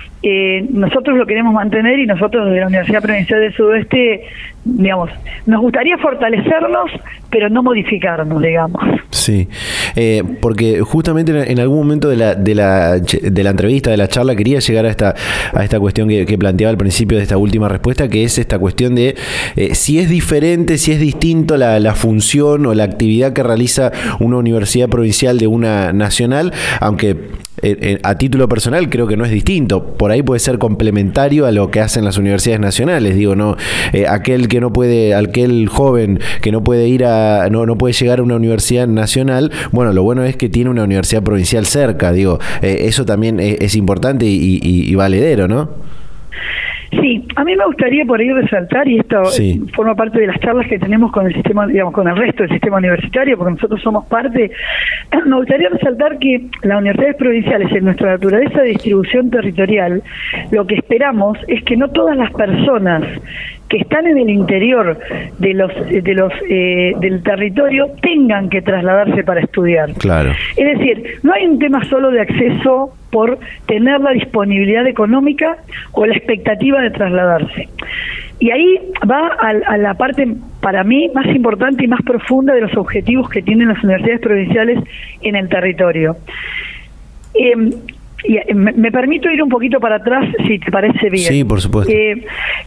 Speaker 4: eh, nosotros lo queremos mantener, y nosotros desde la Universidad Provincial del Sudeste, digamos, nos gustaría fortalecernos, pero no modificarnos, digamos.
Speaker 2: Sí, eh, porque justamente en algún momento de la, de la de la entrevista, de la charla, quería llegar a esta a esta cuestión que, que planteaba al principio de esta última respuesta, que es esta cuestión de eh, si es diferente, si es distinto la, la función o la actividad que realiza una universidad provincial de una nacional, aunque eh, eh, a título personal creo que no es distinto, por ahí puede ser complementario a lo que hacen las universidades nacionales. Digo, no, eh, aquel que no puede, aquel joven que no puede ir a, no, no puede llegar a una universidad nacional, bueno, lo bueno es que tiene una universidad provincial cerca. Digo, eh, eso también es, es importante y, y, y valedero, ¿no?
Speaker 4: Sí, a mí me gustaría por ahí resaltar, y esto sí. forma parte de las charlas que tenemos con el sistema, digamos, con el resto del sistema universitario, porque nosotros somos parte, me gustaría resaltar que las universidades provinciales, en nuestra naturaleza de distribución territorial, lo que esperamos es que no todas las personas que están en el interior de los de los eh, del territorio tengan que trasladarse para estudiar.
Speaker 2: Claro.
Speaker 4: Es decir, no hay un tema solo de acceso por tener la disponibilidad económica o la expectativa de trasladarse. Y ahí va a, a la parte, para mí, más importante y más profunda de los objetivos que tienen las universidades provinciales en el territorio. Eh, y me, me permito ir un poquito para atrás, si te parece bien.
Speaker 2: Sí, por supuesto.
Speaker 4: Eh,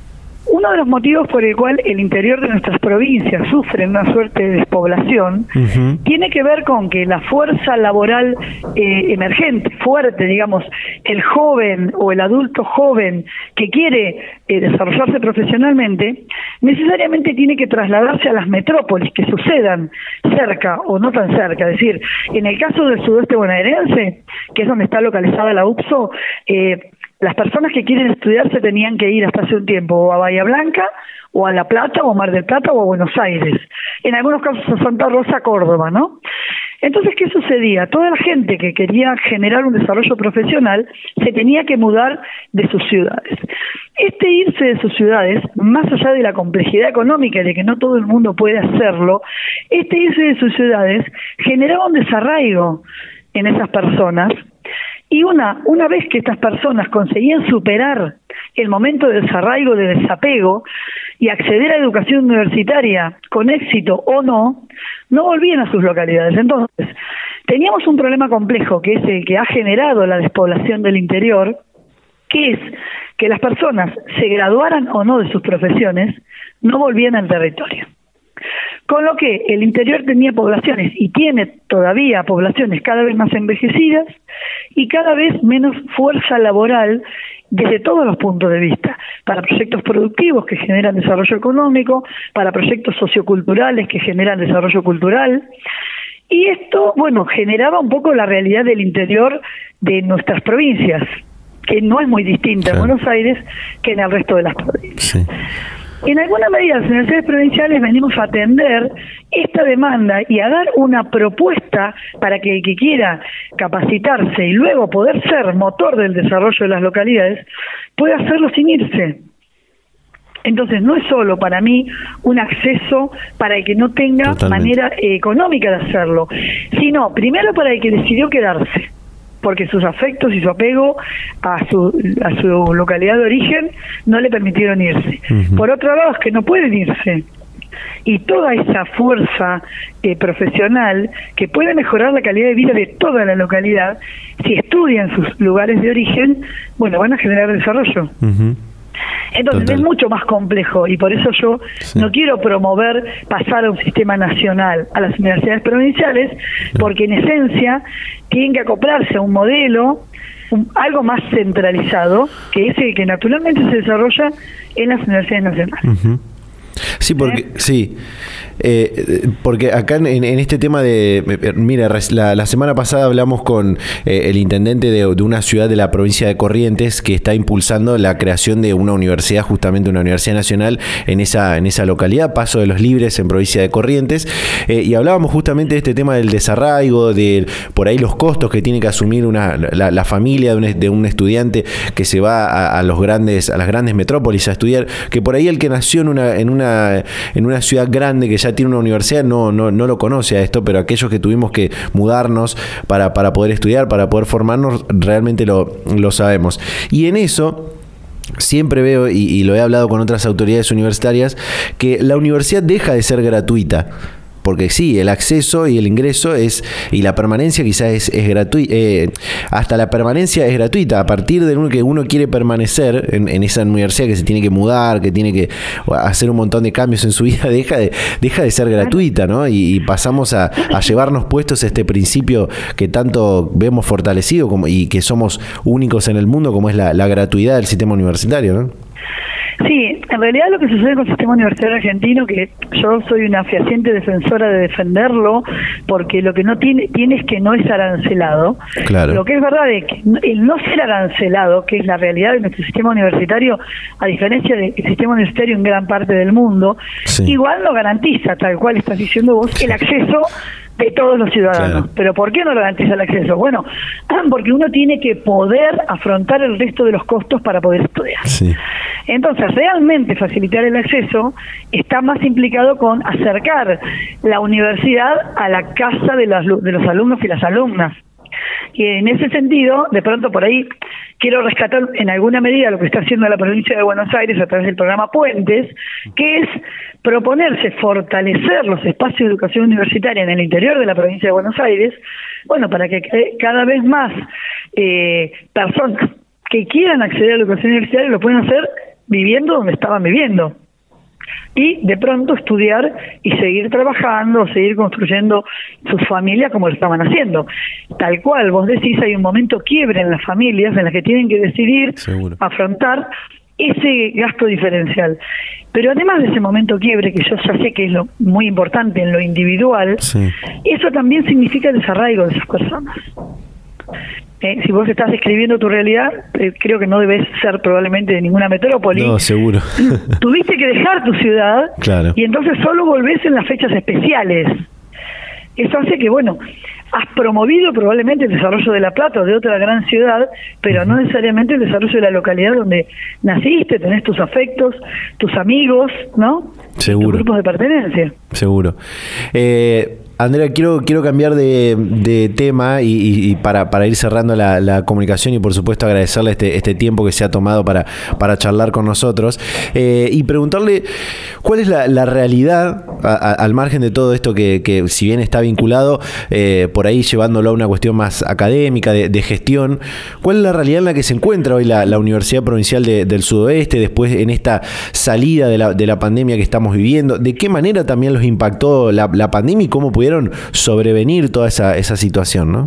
Speaker 4: Uno de los motivos por el cual el interior de nuestras provincias sufre una suerte de despoblación uh-huh. tiene que ver con que la fuerza laboral eh, emergente, fuerte, digamos, el joven o el adulto joven que quiere eh, desarrollarse profesionalmente, necesariamente tiene que trasladarse a las metrópolis que sucedan cerca o no tan cerca. Es decir, en el caso del sudoeste bonaerense, que es donde está localizada la U P S O, eh, las personas que quieren estudiar se tenían que ir hasta hace un tiempo o a Bahía Blanca, o a La Plata, o a Mar del Plata, o a Buenos Aires. En algunos casos a Santa Rosa, Córdoba, ¿no? Entonces, ¿qué sucedía? Toda la gente que quería generar un desarrollo profesional se tenía que mudar de sus ciudades. Este irse de sus ciudades, más allá de la complejidad económica y de que no todo el mundo puede hacerlo, este irse de sus ciudades generaba un desarraigo en esas personas. Y una, una vez que estas personas conseguían superar el momento de desarraigo, de desapego, y acceder a educación universitaria con éxito o no, no volvían a sus localidades. Entonces, teníamos un problema complejo, que es el que ha generado la despoblación del interior, que es que las personas, se graduaran o no de sus profesiones, no volvían al territorio. Con lo que el interior tenía poblaciones, y tiene todavía poblaciones cada vez más envejecidas, y cada vez menos fuerza laboral desde todos los puntos de vista, para proyectos productivos que generan desarrollo económico, para proyectos socioculturales que generan desarrollo cultural. Y esto, bueno, generaba un poco la realidad del interior de nuestras provincias, que no es muy distinta en Buenos Aires que en el resto de las provincias. Sí. En alguna medida, las universidades provinciales venimos a atender esta demanda y a dar una propuesta para que el que quiera capacitarse y luego poder ser motor del desarrollo de las localidades, pueda hacerlo sin irse. Entonces, no es solo para mí un acceso para el que no tenga Totalmente. manera eh, económica de hacerlo, sino primero para el que decidió quedarse, porque sus afectos y su apego a su a su localidad de origen no le permitieron irse. Uh-huh. Por otro lado, es que no pueden irse. Y toda esa fuerza eh, profesional que puede mejorar la calidad de vida de toda la localidad, si estudian sus lugares de origen, bueno, van a generar desarrollo. Uh-huh. Entonces Total. es mucho más complejo, y por eso yo sí. no quiero promover pasar a un sistema nacional a las universidades provinciales, porque en esencia tienen que acoplarse a un modelo, un, algo más centralizado, que es el que naturalmente se desarrolla en las universidades nacionales.
Speaker 2: Uh-huh. Sí, porque ¿Eh? sí, eh, porque acá en, en este tema de, mira, la, la semana pasada hablamos con eh, el intendente de, de una ciudad de la provincia de Corrientes que está impulsando la creación de una universidad, justamente una universidad nacional en esa en esa localidad, Paso de los Libres, en provincia de Corrientes, eh, y hablábamos justamente de este tema del desarraigo, de por ahí los costos que tiene que asumir una la, la familia de un, de un estudiante que se va a, a los grandes a las grandes metrópolis a estudiar, que por ahí el que nació en una en una en una ciudad grande que ya tiene una universidad no, no, no lo conoce a esto, pero aquellos que tuvimos que mudarnos para, para poder estudiar, para poder formarnos, realmente lo, lo sabemos. Y en eso siempre veo, y, y lo he hablado con otras autoridades universitarias, que la universidad deja de ser gratuita. Porque sí, el acceso y el ingreso es y la permanencia quizás es, es gratuita. Eh, hasta la permanencia es gratuita. A partir de uno que uno quiere permanecer en, en esa universidad, que se tiene que mudar, que tiene que hacer un montón de cambios en su vida, deja de, deja de ser gratuita, ¿no? Y, y pasamos a, a llevarnos puestos este principio que tanto vemos fortalecido como, y que somos únicos en el mundo, como es la, la gratuidad del sistema universitario, ¿no?
Speaker 4: Sí, en realidad lo que sucede con el sistema universitario argentino, que yo soy una fehaciente defensora de defenderlo, porque lo que no tiene, tiene es que no es arancelado.
Speaker 2: Claro.
Speaker 4: Lo que es verdad es que el no ser arancelado, que es la realidad de nuestro sistema universitario, a diferencia del sistema universitario en gran parte del mundo, sí. igual no garantiza, tal cual estás diciendo vos, sí. el acceso de todos los ciudadanos. Claro. ¿Pero por qué no garantiza el acceso? Bueno, porque uno tiene que poder afrontar el resto de los costos para poder estudiar.
Speaker 2: Sí.
Speaker 4: Entonces, realmente facilitar el acceso está más implicado con acercar la universidad a la casa de los, de los alumnos y las alumnas. Y en ese sentido, de pronto por ahí quiero rescatar en alguna medida lo que está haciendo la provincia de Buenos Aires a través del programa Puentes, que es proponerse fortalecer los espacios de educación universitaria en el interior de la provincia de Buenos Aires, bueno, para que cada vez más eh, personas que quieran acceder a la educación universitaria lo puedan hacer viviendo donde estaban viviendo. Y de pronto estudiar y seguir trabajando, seguir construyendo sus familias como lo estaban haciendo. Tal cual, vos decís, hay un momento quiebre en las familias en las que tienen que decidir
Speaker 2: Seguro.
Speaker 4: afrontar ese gasto diferencial. Pero además de ese momento quiebre, que yo ya sé que es lo muy importante en lo individual,
Speaker 2: sí.
Speaker 4: eso también significa el desarraigo de esas personas. Eh, si vos estás escribiendo tu realidad, eh, creo que no debes ser probablemente de ninguna metrópoli.
Speaker 2: No, seguro.
Speaker 4: Tuviste que dejar tu ciudad,
Speaker 2: claro.
Speaker 4: y entonces solo volvés en las fechas especiales. Eso hace que, bueno, has promovido probablemente el desarrollo de La Plata o de otra gran ciudad, pero uh-huh. no necesariamente el desarrollo de la localidad donde naciste, tenés tus afectos, tus amigos, ¿no?
Speaker 2: Seguro.
Speaker 4: Tus grupos de pertenencia.
Speaker 2: Seguro. Eh... Andrea, quiero quiero cambiar de, de tema y, y, y para, para ir cerrando la, la comunicación y por supuesto agradecerle este, este tiempo que se ha tomado para, para charlar con nosotros eh, y preguntarle cuál es la, la realidad a, a, al margen de todo esto que, que si bien está vinculado eh, por ahí llevándolo a una cuestión más académica, de, de gestión, ¿cuál es la realidad en la que se encuentra hoy la, la Universidad Provincial de, del Sudoeste después en esta salida de la, de la pandemia que estamos viviendo? ¿De qué manera también los impactó la, la pandemia y cómo pudieron sobrevenir toda esa, esa situación, ¿no?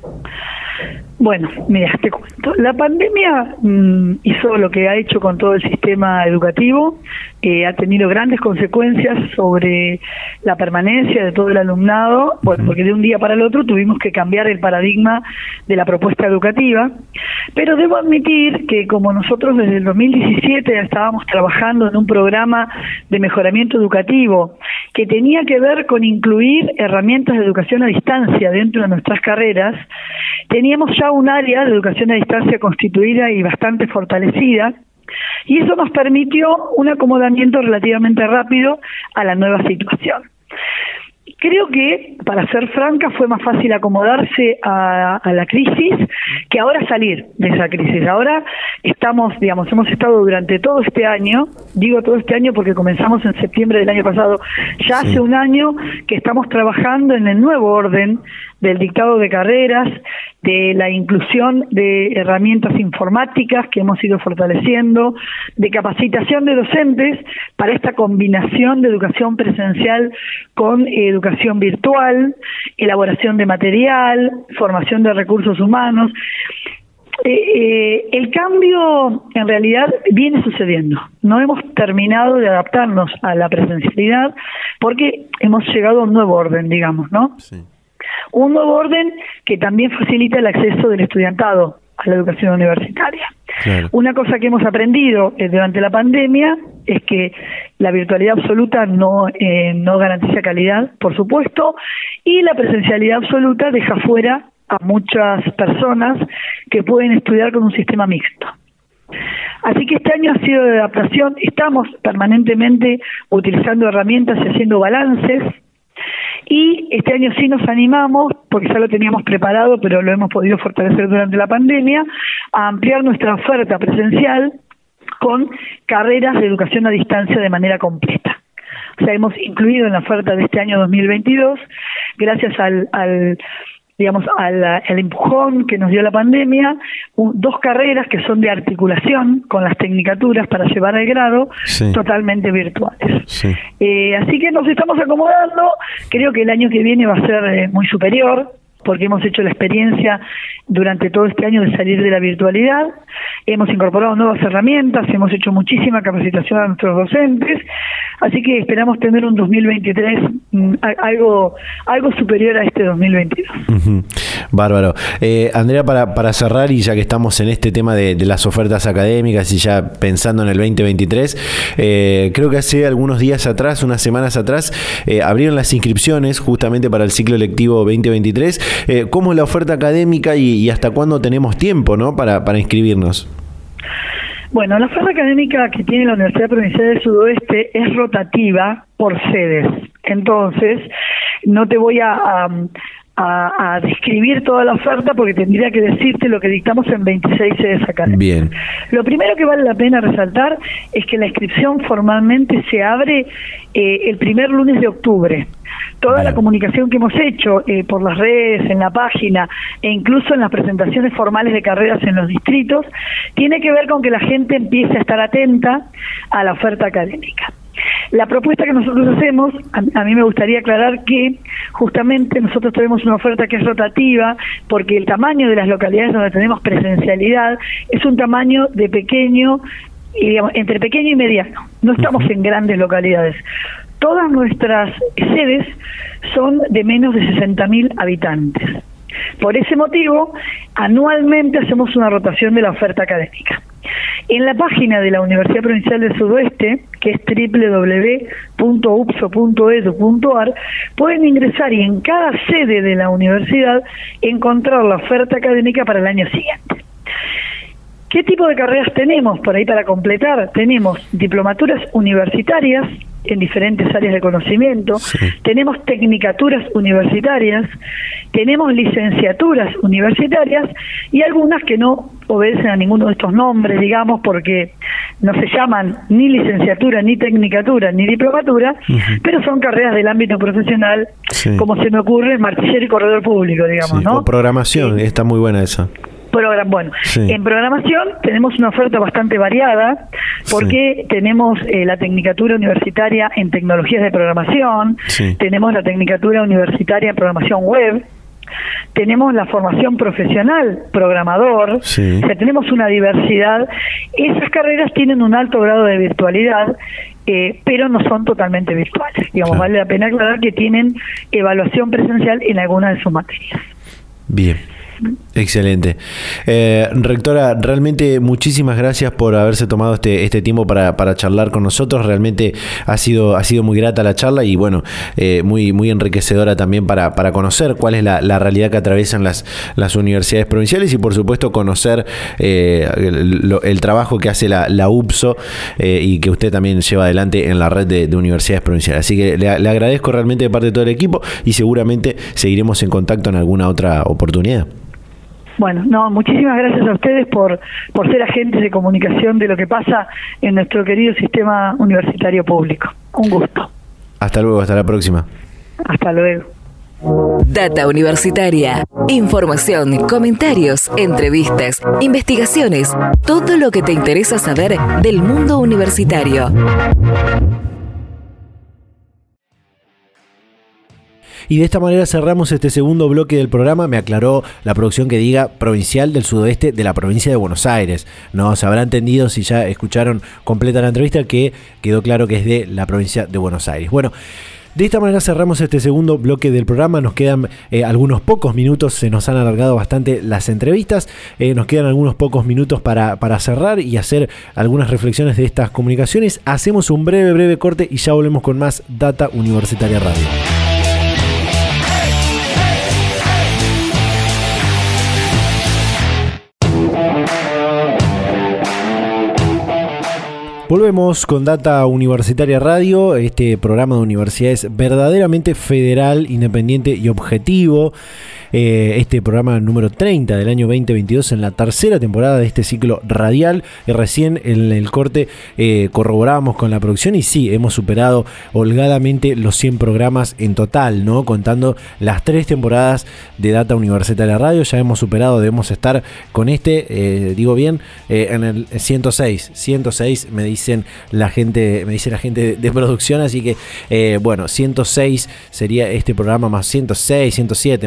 Speaker 4: Bueno, mira, te cuento. La pandemia mmm, hizo lo que ha hecho con todo el sistema educativo, eh, ha tenido grandes consecuencias sobre la permanencia de todo el alumnado, bueno, porque de un día para el otro tuvimos que cambiar el paradigma de la propuesta educativa, pero debo admitir que como nosotros desde el dos mil diecisiete estábamos trabajando en un programa de mejoramiento educativo que tenía que ver con incluir herramientas de educación a distancia dentro de nuestras carreras, teníamos ya un área de educación a distancia constituida y bastante fortalecida, y eso nos permitió un acomodamiento relativamente rápido a la nueva situación. Creo que, para ser franca, fue más fácil acomodarse a, a la crisis que ahora salir de esa crisis. Ahora estamos, digamos, hemos estado durante todo este año, digo todo este año porque comenzamos en septiembre del año pasado, ya sí. hace un año que estamos trabajando en el nuevo orden del dictado de carreras, de la inclusión de herramientas informáticas que hemos ido fortaleciendo, de capacitación de docentes para esta combinación de educación presencial con educación virtual, elaboración de material, formación de recursos humanos. Eh, eh, el cambio en realidad viene sucediendo. No hemos terminado de adaptarnos a la presencialidad porque hemos llegado a un nuevo orden, digamos, ¿no? Sí. Un nuevo orden que también facilita el acceso del estudiantado a la educación universitaria. Claro. Una cosa que hemos aprendido eh, durante la pandemia es que la virtualidad absoluta no, eh, no garantiza calidad, por supuesto, y la presencialidad absoluta deja fuera a muchas personas que pueden estudiar con un sistema mixto. Así que este año ha sido de adaptación, estamos permanentemente utilizando herramientas y haciendo balances, y este año sí nos animamos, porque ya lo teníamos preparado, pero lo hemos podido fortalecer durante la pandemia, a ampliar nuestra oferta presencial con carreras de educación a distancia de manera completa. O sea, hemos incluido en la oferta de este año dos mil veintidós, gracias al, al digamos, al, al empujón que nos dio la pandemia, un, dos carreras que son de articulación con las tecnicaturas para llevar al grado, sí. totalmente virtuales. Sí. Eh, así que nos estamos acomodando, creo que el año que viene va a ser eh, muy superior, porque hemos hecho la experiencia durante todo este año de salir de la virtualidad, hemos incorporado nuevas herramientas, hemos hecho muchísima capacitación a nuestros docentes, así que esperamos tener un dos mil veintitrés mm, algo algo superior a este dos mil veintidós.
Speaker 2: Uh-huh. Bárbaro. Eh, Andrea, para, para cerrar, y ya que estamos en este tema de, de las ofertas académicas y ya pensando en el veinte veintitrés, eh, creo que hace algunos días atrás, unas semanas atrás, eh, abrieron las inscripciones justamente para el ciclo lectivo veinte veintitrés. Eh, ¿Cómo es la oferta académica y, y hasta cuándo tenemos tiempo, ¿no? para, para inscribirnos?
Speaker 4: Bueno, la oferta académica que tiene la Universidad Provincial del Sudoeste es rotativa por sedes. Entonces, no te voy a, a, a, a describir toda la oferta porque tendría que decirte lo que dictamos en veintiséis sedes académicas.
Speaker 2: Bien.
Speaker 4: Lo primero que vale la pena resaltar es que la inscripción formalmente se abre eh, el primer lunes de octubre. Toda la comunicación que hemos hecho eh, por las redes, en la página e incluso en las presentaciones formales de carreras en los distritos, tiene que ver con que la gente empiece a estar atenta a la oferta académica. La propuesta que nosotros hacemos, a, a mí me gustaría aclarar que justamente nosotros tenemos una oferta que es rotativa porque el tamaño de las localidades donde tenemos presencialidad es un tamaño de pequeño, digamos, entre pequeño y mediano. No estamos en grandes localidades. Todas nuestras sedes son de menos de sesenta mil habitantes. Por ese motivo, anualmente hacemos una rotación de la oferta académica. En la página de la Universidad Provincial del Sudoeste, que es doble u doble u doble u punto u p s o punto e d u punto a r, pueden ingresar y en cada sede de la universidad encontrar la oferta académica para el año siguiente. ¿Qué tipo de carreras tenemos? Por ahí para completar, tenemos diplomaturas universitarias en diferentes áreas de conocimiento, sí. Tenemos tecnicaturas universitarias, tenemos licenciaturas universitarias y algunas que no obedecen a ninguno de estos nombres, digamos, porque no se llaman ni licenciatura, ni tecnicatura, ni diplomatura, uh-huh. Pero son carreras del ámbito profesional, sí. Como se me ocurre, martillero y corredor público, digamos, sí. ¿No?
Speaker 2: O programación, sí. Está muy buena esa.
Speaker 4: Program, bueno, sí. En programación tenemos una oferta bastante variada porque sí. Tenemos eh, la tecnicatura universitaria en tecnologías de programación, sí. Tenemos la tecnicatura universitaria en programación web, tenemos la formación profesional programador, sí. O sea, tenemos una diversidad. Esas carreras tienen un alto grado de virtualidad, eh, pero no son totalmente virtuales. Digamos, claro. Vale la pena aclarar que tienen evaluación presencial en algunas de sus materias.
Speaker 2: Bien. Excelente. Eh, rectora, realmente muchísimas gracias por haberse tomado este, este tiempo para, para charlar con nosotros. Realmente ha sido, ha sido muy grata la charla y bueno, eh, muy, muy enriquecedora también para, para conocer cuál es la, la realidad que atraviesan las, las universidades provinciales y por supuesto conocer eh, el, el trabajo que hace la, la U P S O eh, y que usted también lleva adelante en la red de, de universidades provinciales. Así que le, le agradezco realmente de parte de todo el equipo y seguramente seguiremos en contacto en alguna otra oportunidad.
Speaker 4: Bueno, no, muchísimas gracias a ustedes por, por ser agentes de comunicación de lo que pasa en nuestro querido sistema universitario público. Un gusto.
Speaker 2: Hasta luego, hasta la próxima.
Speaker 4: Hasta luego.
Speaker 1: Data Universitaria. Información, comentarios, entrevistas, investigaciones, todo lo que te interesa saber del mundo universitario.
Speaker 2: Y de esta manera cerramos este segundo bloque del programa. Me aclaró la producción que diga Provincial del Sudoeste de la provincia de Buenos Aires. No se habrá entendido si ya escucharon completa la entrevista que quedó claro que es de la provincia de Buenos Aires. Bueno, de esta manera cerramos este segundo bloque del programa. Nos quedan eh, algunos pocos minutos, se nos han alargado bastante las entrevistas. Eh, nos quedan algunos pocos minutos para, para cerrar y hacer algunas reflexiones de estas comunicaciones. Hacemos un breve, breve corte y ya volvemos con más Data Universitaria Radio. Volvemos con Data Universitaria Radio, este programa de universidades verdaderamente federal, independiente y objetivo. Eh, este programa número treinta del año veinte veintidós en la tercera temporada de este ciclo radial. Y recién en el corte eh, corroborábamos con la producción y sí, hemos superado holgadamente los cien programas en total, ¿no? Contando las tres temporadas de Data Universitaria Radio, ya hemos superado, debemos estar con este, eh, digo bien, eh, en el ciento seis, ciento seis me dicen la gente, me dice la gente de, de producción, así que eh, bueno, ciento seis sería este programa más ciento seis, ciento siete más o menos, ¿no?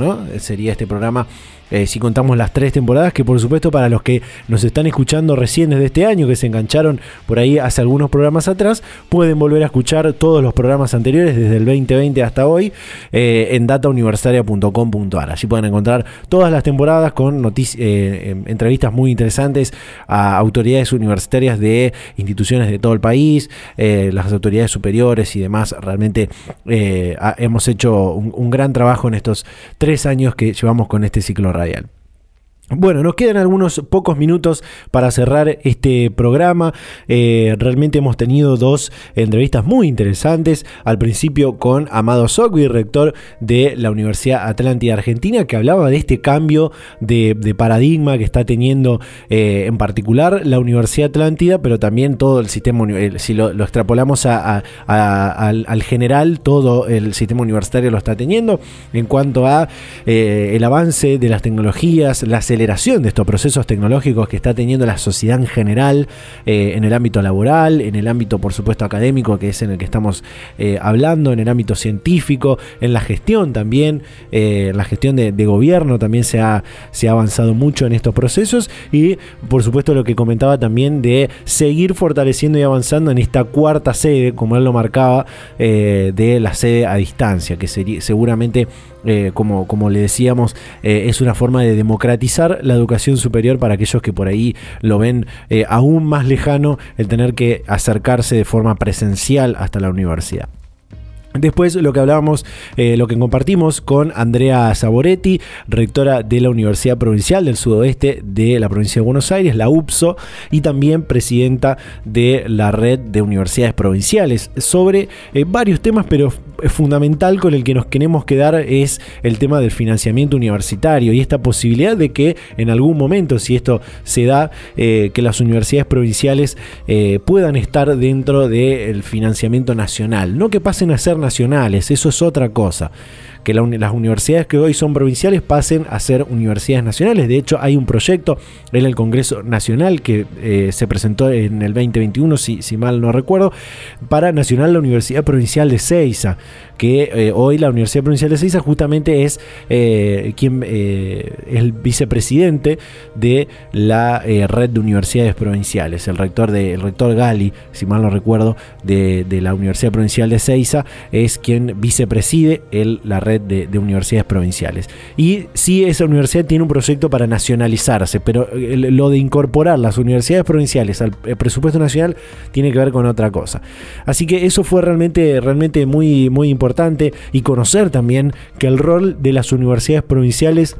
Speaker 2: ¿no? Sería este programa, eh, si contamos las tres temporadas, que por supuesto para los que nos están escuchando recién desde este año, que se engancharon por ahí hace algunos programas atrás, pueden volver a escuchar todos los programas anteriores desde el veinte veinte hasta hoy eh, en data universitaria punto com punto a r. Allí pueden encontrar todas las temporadas con notici- eh, entrevistas muy interesantes a autoridades universitarias de instituciones de todo el país, eh, las autoridades superiores y demás. Realmente eh, ha, hemos hecho un, un gran trabajo en estos tres años que llevamos con este ciclo radial. Bueno, nos quedan algunos pocos minutos para cerrar este programa. Eh, realmente hemos tenido dos entrevistas muy interesantes. Al principio con Amado Sogbi, rector de la Universidad Atlántida Argentina, que hablaba de este cambio de, de paradigma que está teniendo eh, en particular la Universidad Atlántida, pero también todo el sistema, si lo, lo extrapolamos a, a, a, al, al general, todo el sistema universitario lo está teniendo en cuanto a eh, el avance de las tecnologías, las aceleración de estos procesos tecnológicos que está teniendo la sociedad en general, eh, en el ámbito laboral, en el ámbito por supuesto académico, que es en el que estamos eh, hablando, en el ámbito científico, en la gestión también, eh, en la gestión de, de gobierno también se ha, se ha avanzado mucho en estos procesos, y por supuesto lo que comentaba también de seguir fortaleciendo y avanzando en esta cuarta sede, como él lo marcaba, eh, de la sede a distancia, que sería, seguramente Eh, como, como le decíamos, eh, es una forma de democratizar la educación superior para aquellos que por ahí lo ven eh, aún más lejano, el tener que acercarse de forma presencial hasta la universidad. Después lo que hablábamos, eh, lo que compartimos con Andrea Saboretti, rectora de la Universidad Provincial del Sudoeste de la provincia de Buenos Aires, la U P S O, y también presidenta de la Red de Universidades Provinciales, sobre eh, varios temas, pero fundamental con el que nos queremos quedar es el tema del financiamiento universitario y esta posibilidad de que en algún momento, si esto se da, eh, que las universidades provinciales eh, puedan estar dentro del financiamiento nacional, no que pasen a ser nacionales, eso es otra cosa. Que la, las universidades que hoy son provinciales pasen a ser universidades nacionales. De hecho, hay un proyecto en el Congreso Nacional que eh, se presentó en el veinte veintiuno, si, si mal no recuerdo, para nacional la Universidad Provincial de Seiza, que eh, hoy la Universidad Provincial de Seiza justamente es eh, quien eh, el vicepresidente de la eh, red de universidades provinciales. El rector de, el rector Gali, si mal no recuerdo, de, de la Universidad Provincial de Seiza es quien vicepreside el, la red De, de universidades provinciales. Y sí, esa universidad tiene un proyecto para nacionalizarse, pero lo de incorporar las universidades provinciales al presupuesto nacional tiene que ver con otra cosa. Así que eso fue realmente, realmente muy, muy importante, y conocer también que el rol de las universidades provinciales,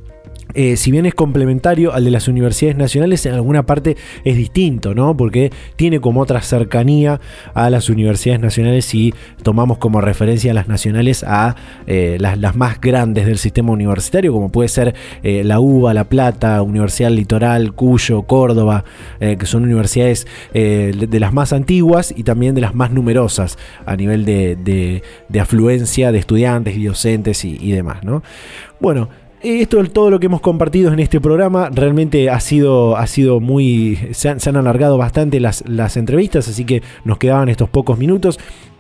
Speaker 2: Eh, si bien es complementario al de las universidades nacionales, en alguna parte es distinto, ¿no? Porque tiene como otra cercanía a las universidades nacionales si tomamos como referencia a las nacionales a eh, las, las más grandes del sistema universitario, como puede ser eh, la U B A, La Plata, Universidad Litoral, Cuyo, Córdoba, eh, que son universidades eh, de, de las más antiguas y también de las más numerosas a nivel de, de, de afluencia de estudiantes y docentes y, y demás, ¿no? Bueno, esto es todo lo que hemos compartido en este programa. Realmente ha sido, ha sido muy... Se han, se han alargado bastante las, las entrevistas, así que nos quedaban estos pocos minutos.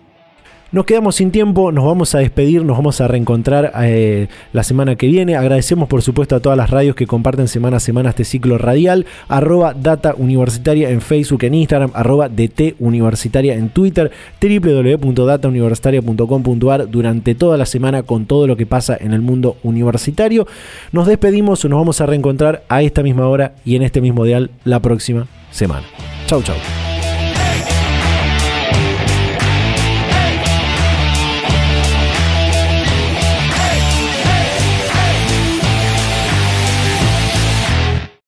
Speaker 2: Nos quedamos sin tiempo, nos vamos a despedir, nos vamos a reencontrar eh, la semana que viene. Agradecemos por supuesto a todas las radios que comparten semana a semana este ciclo radial. Arroba Data Universitaria en Facebook, en Instagram, arroba D T Universitaria en Twitter, w w w punto data universitaria punto com punto a r durante toda la semana con todo lo que pasa en el mundo universitario. Nos despedimos, nos vamos a reencontrar a esta misma hora y en este mismo dial la próxima semana. Chau, chau.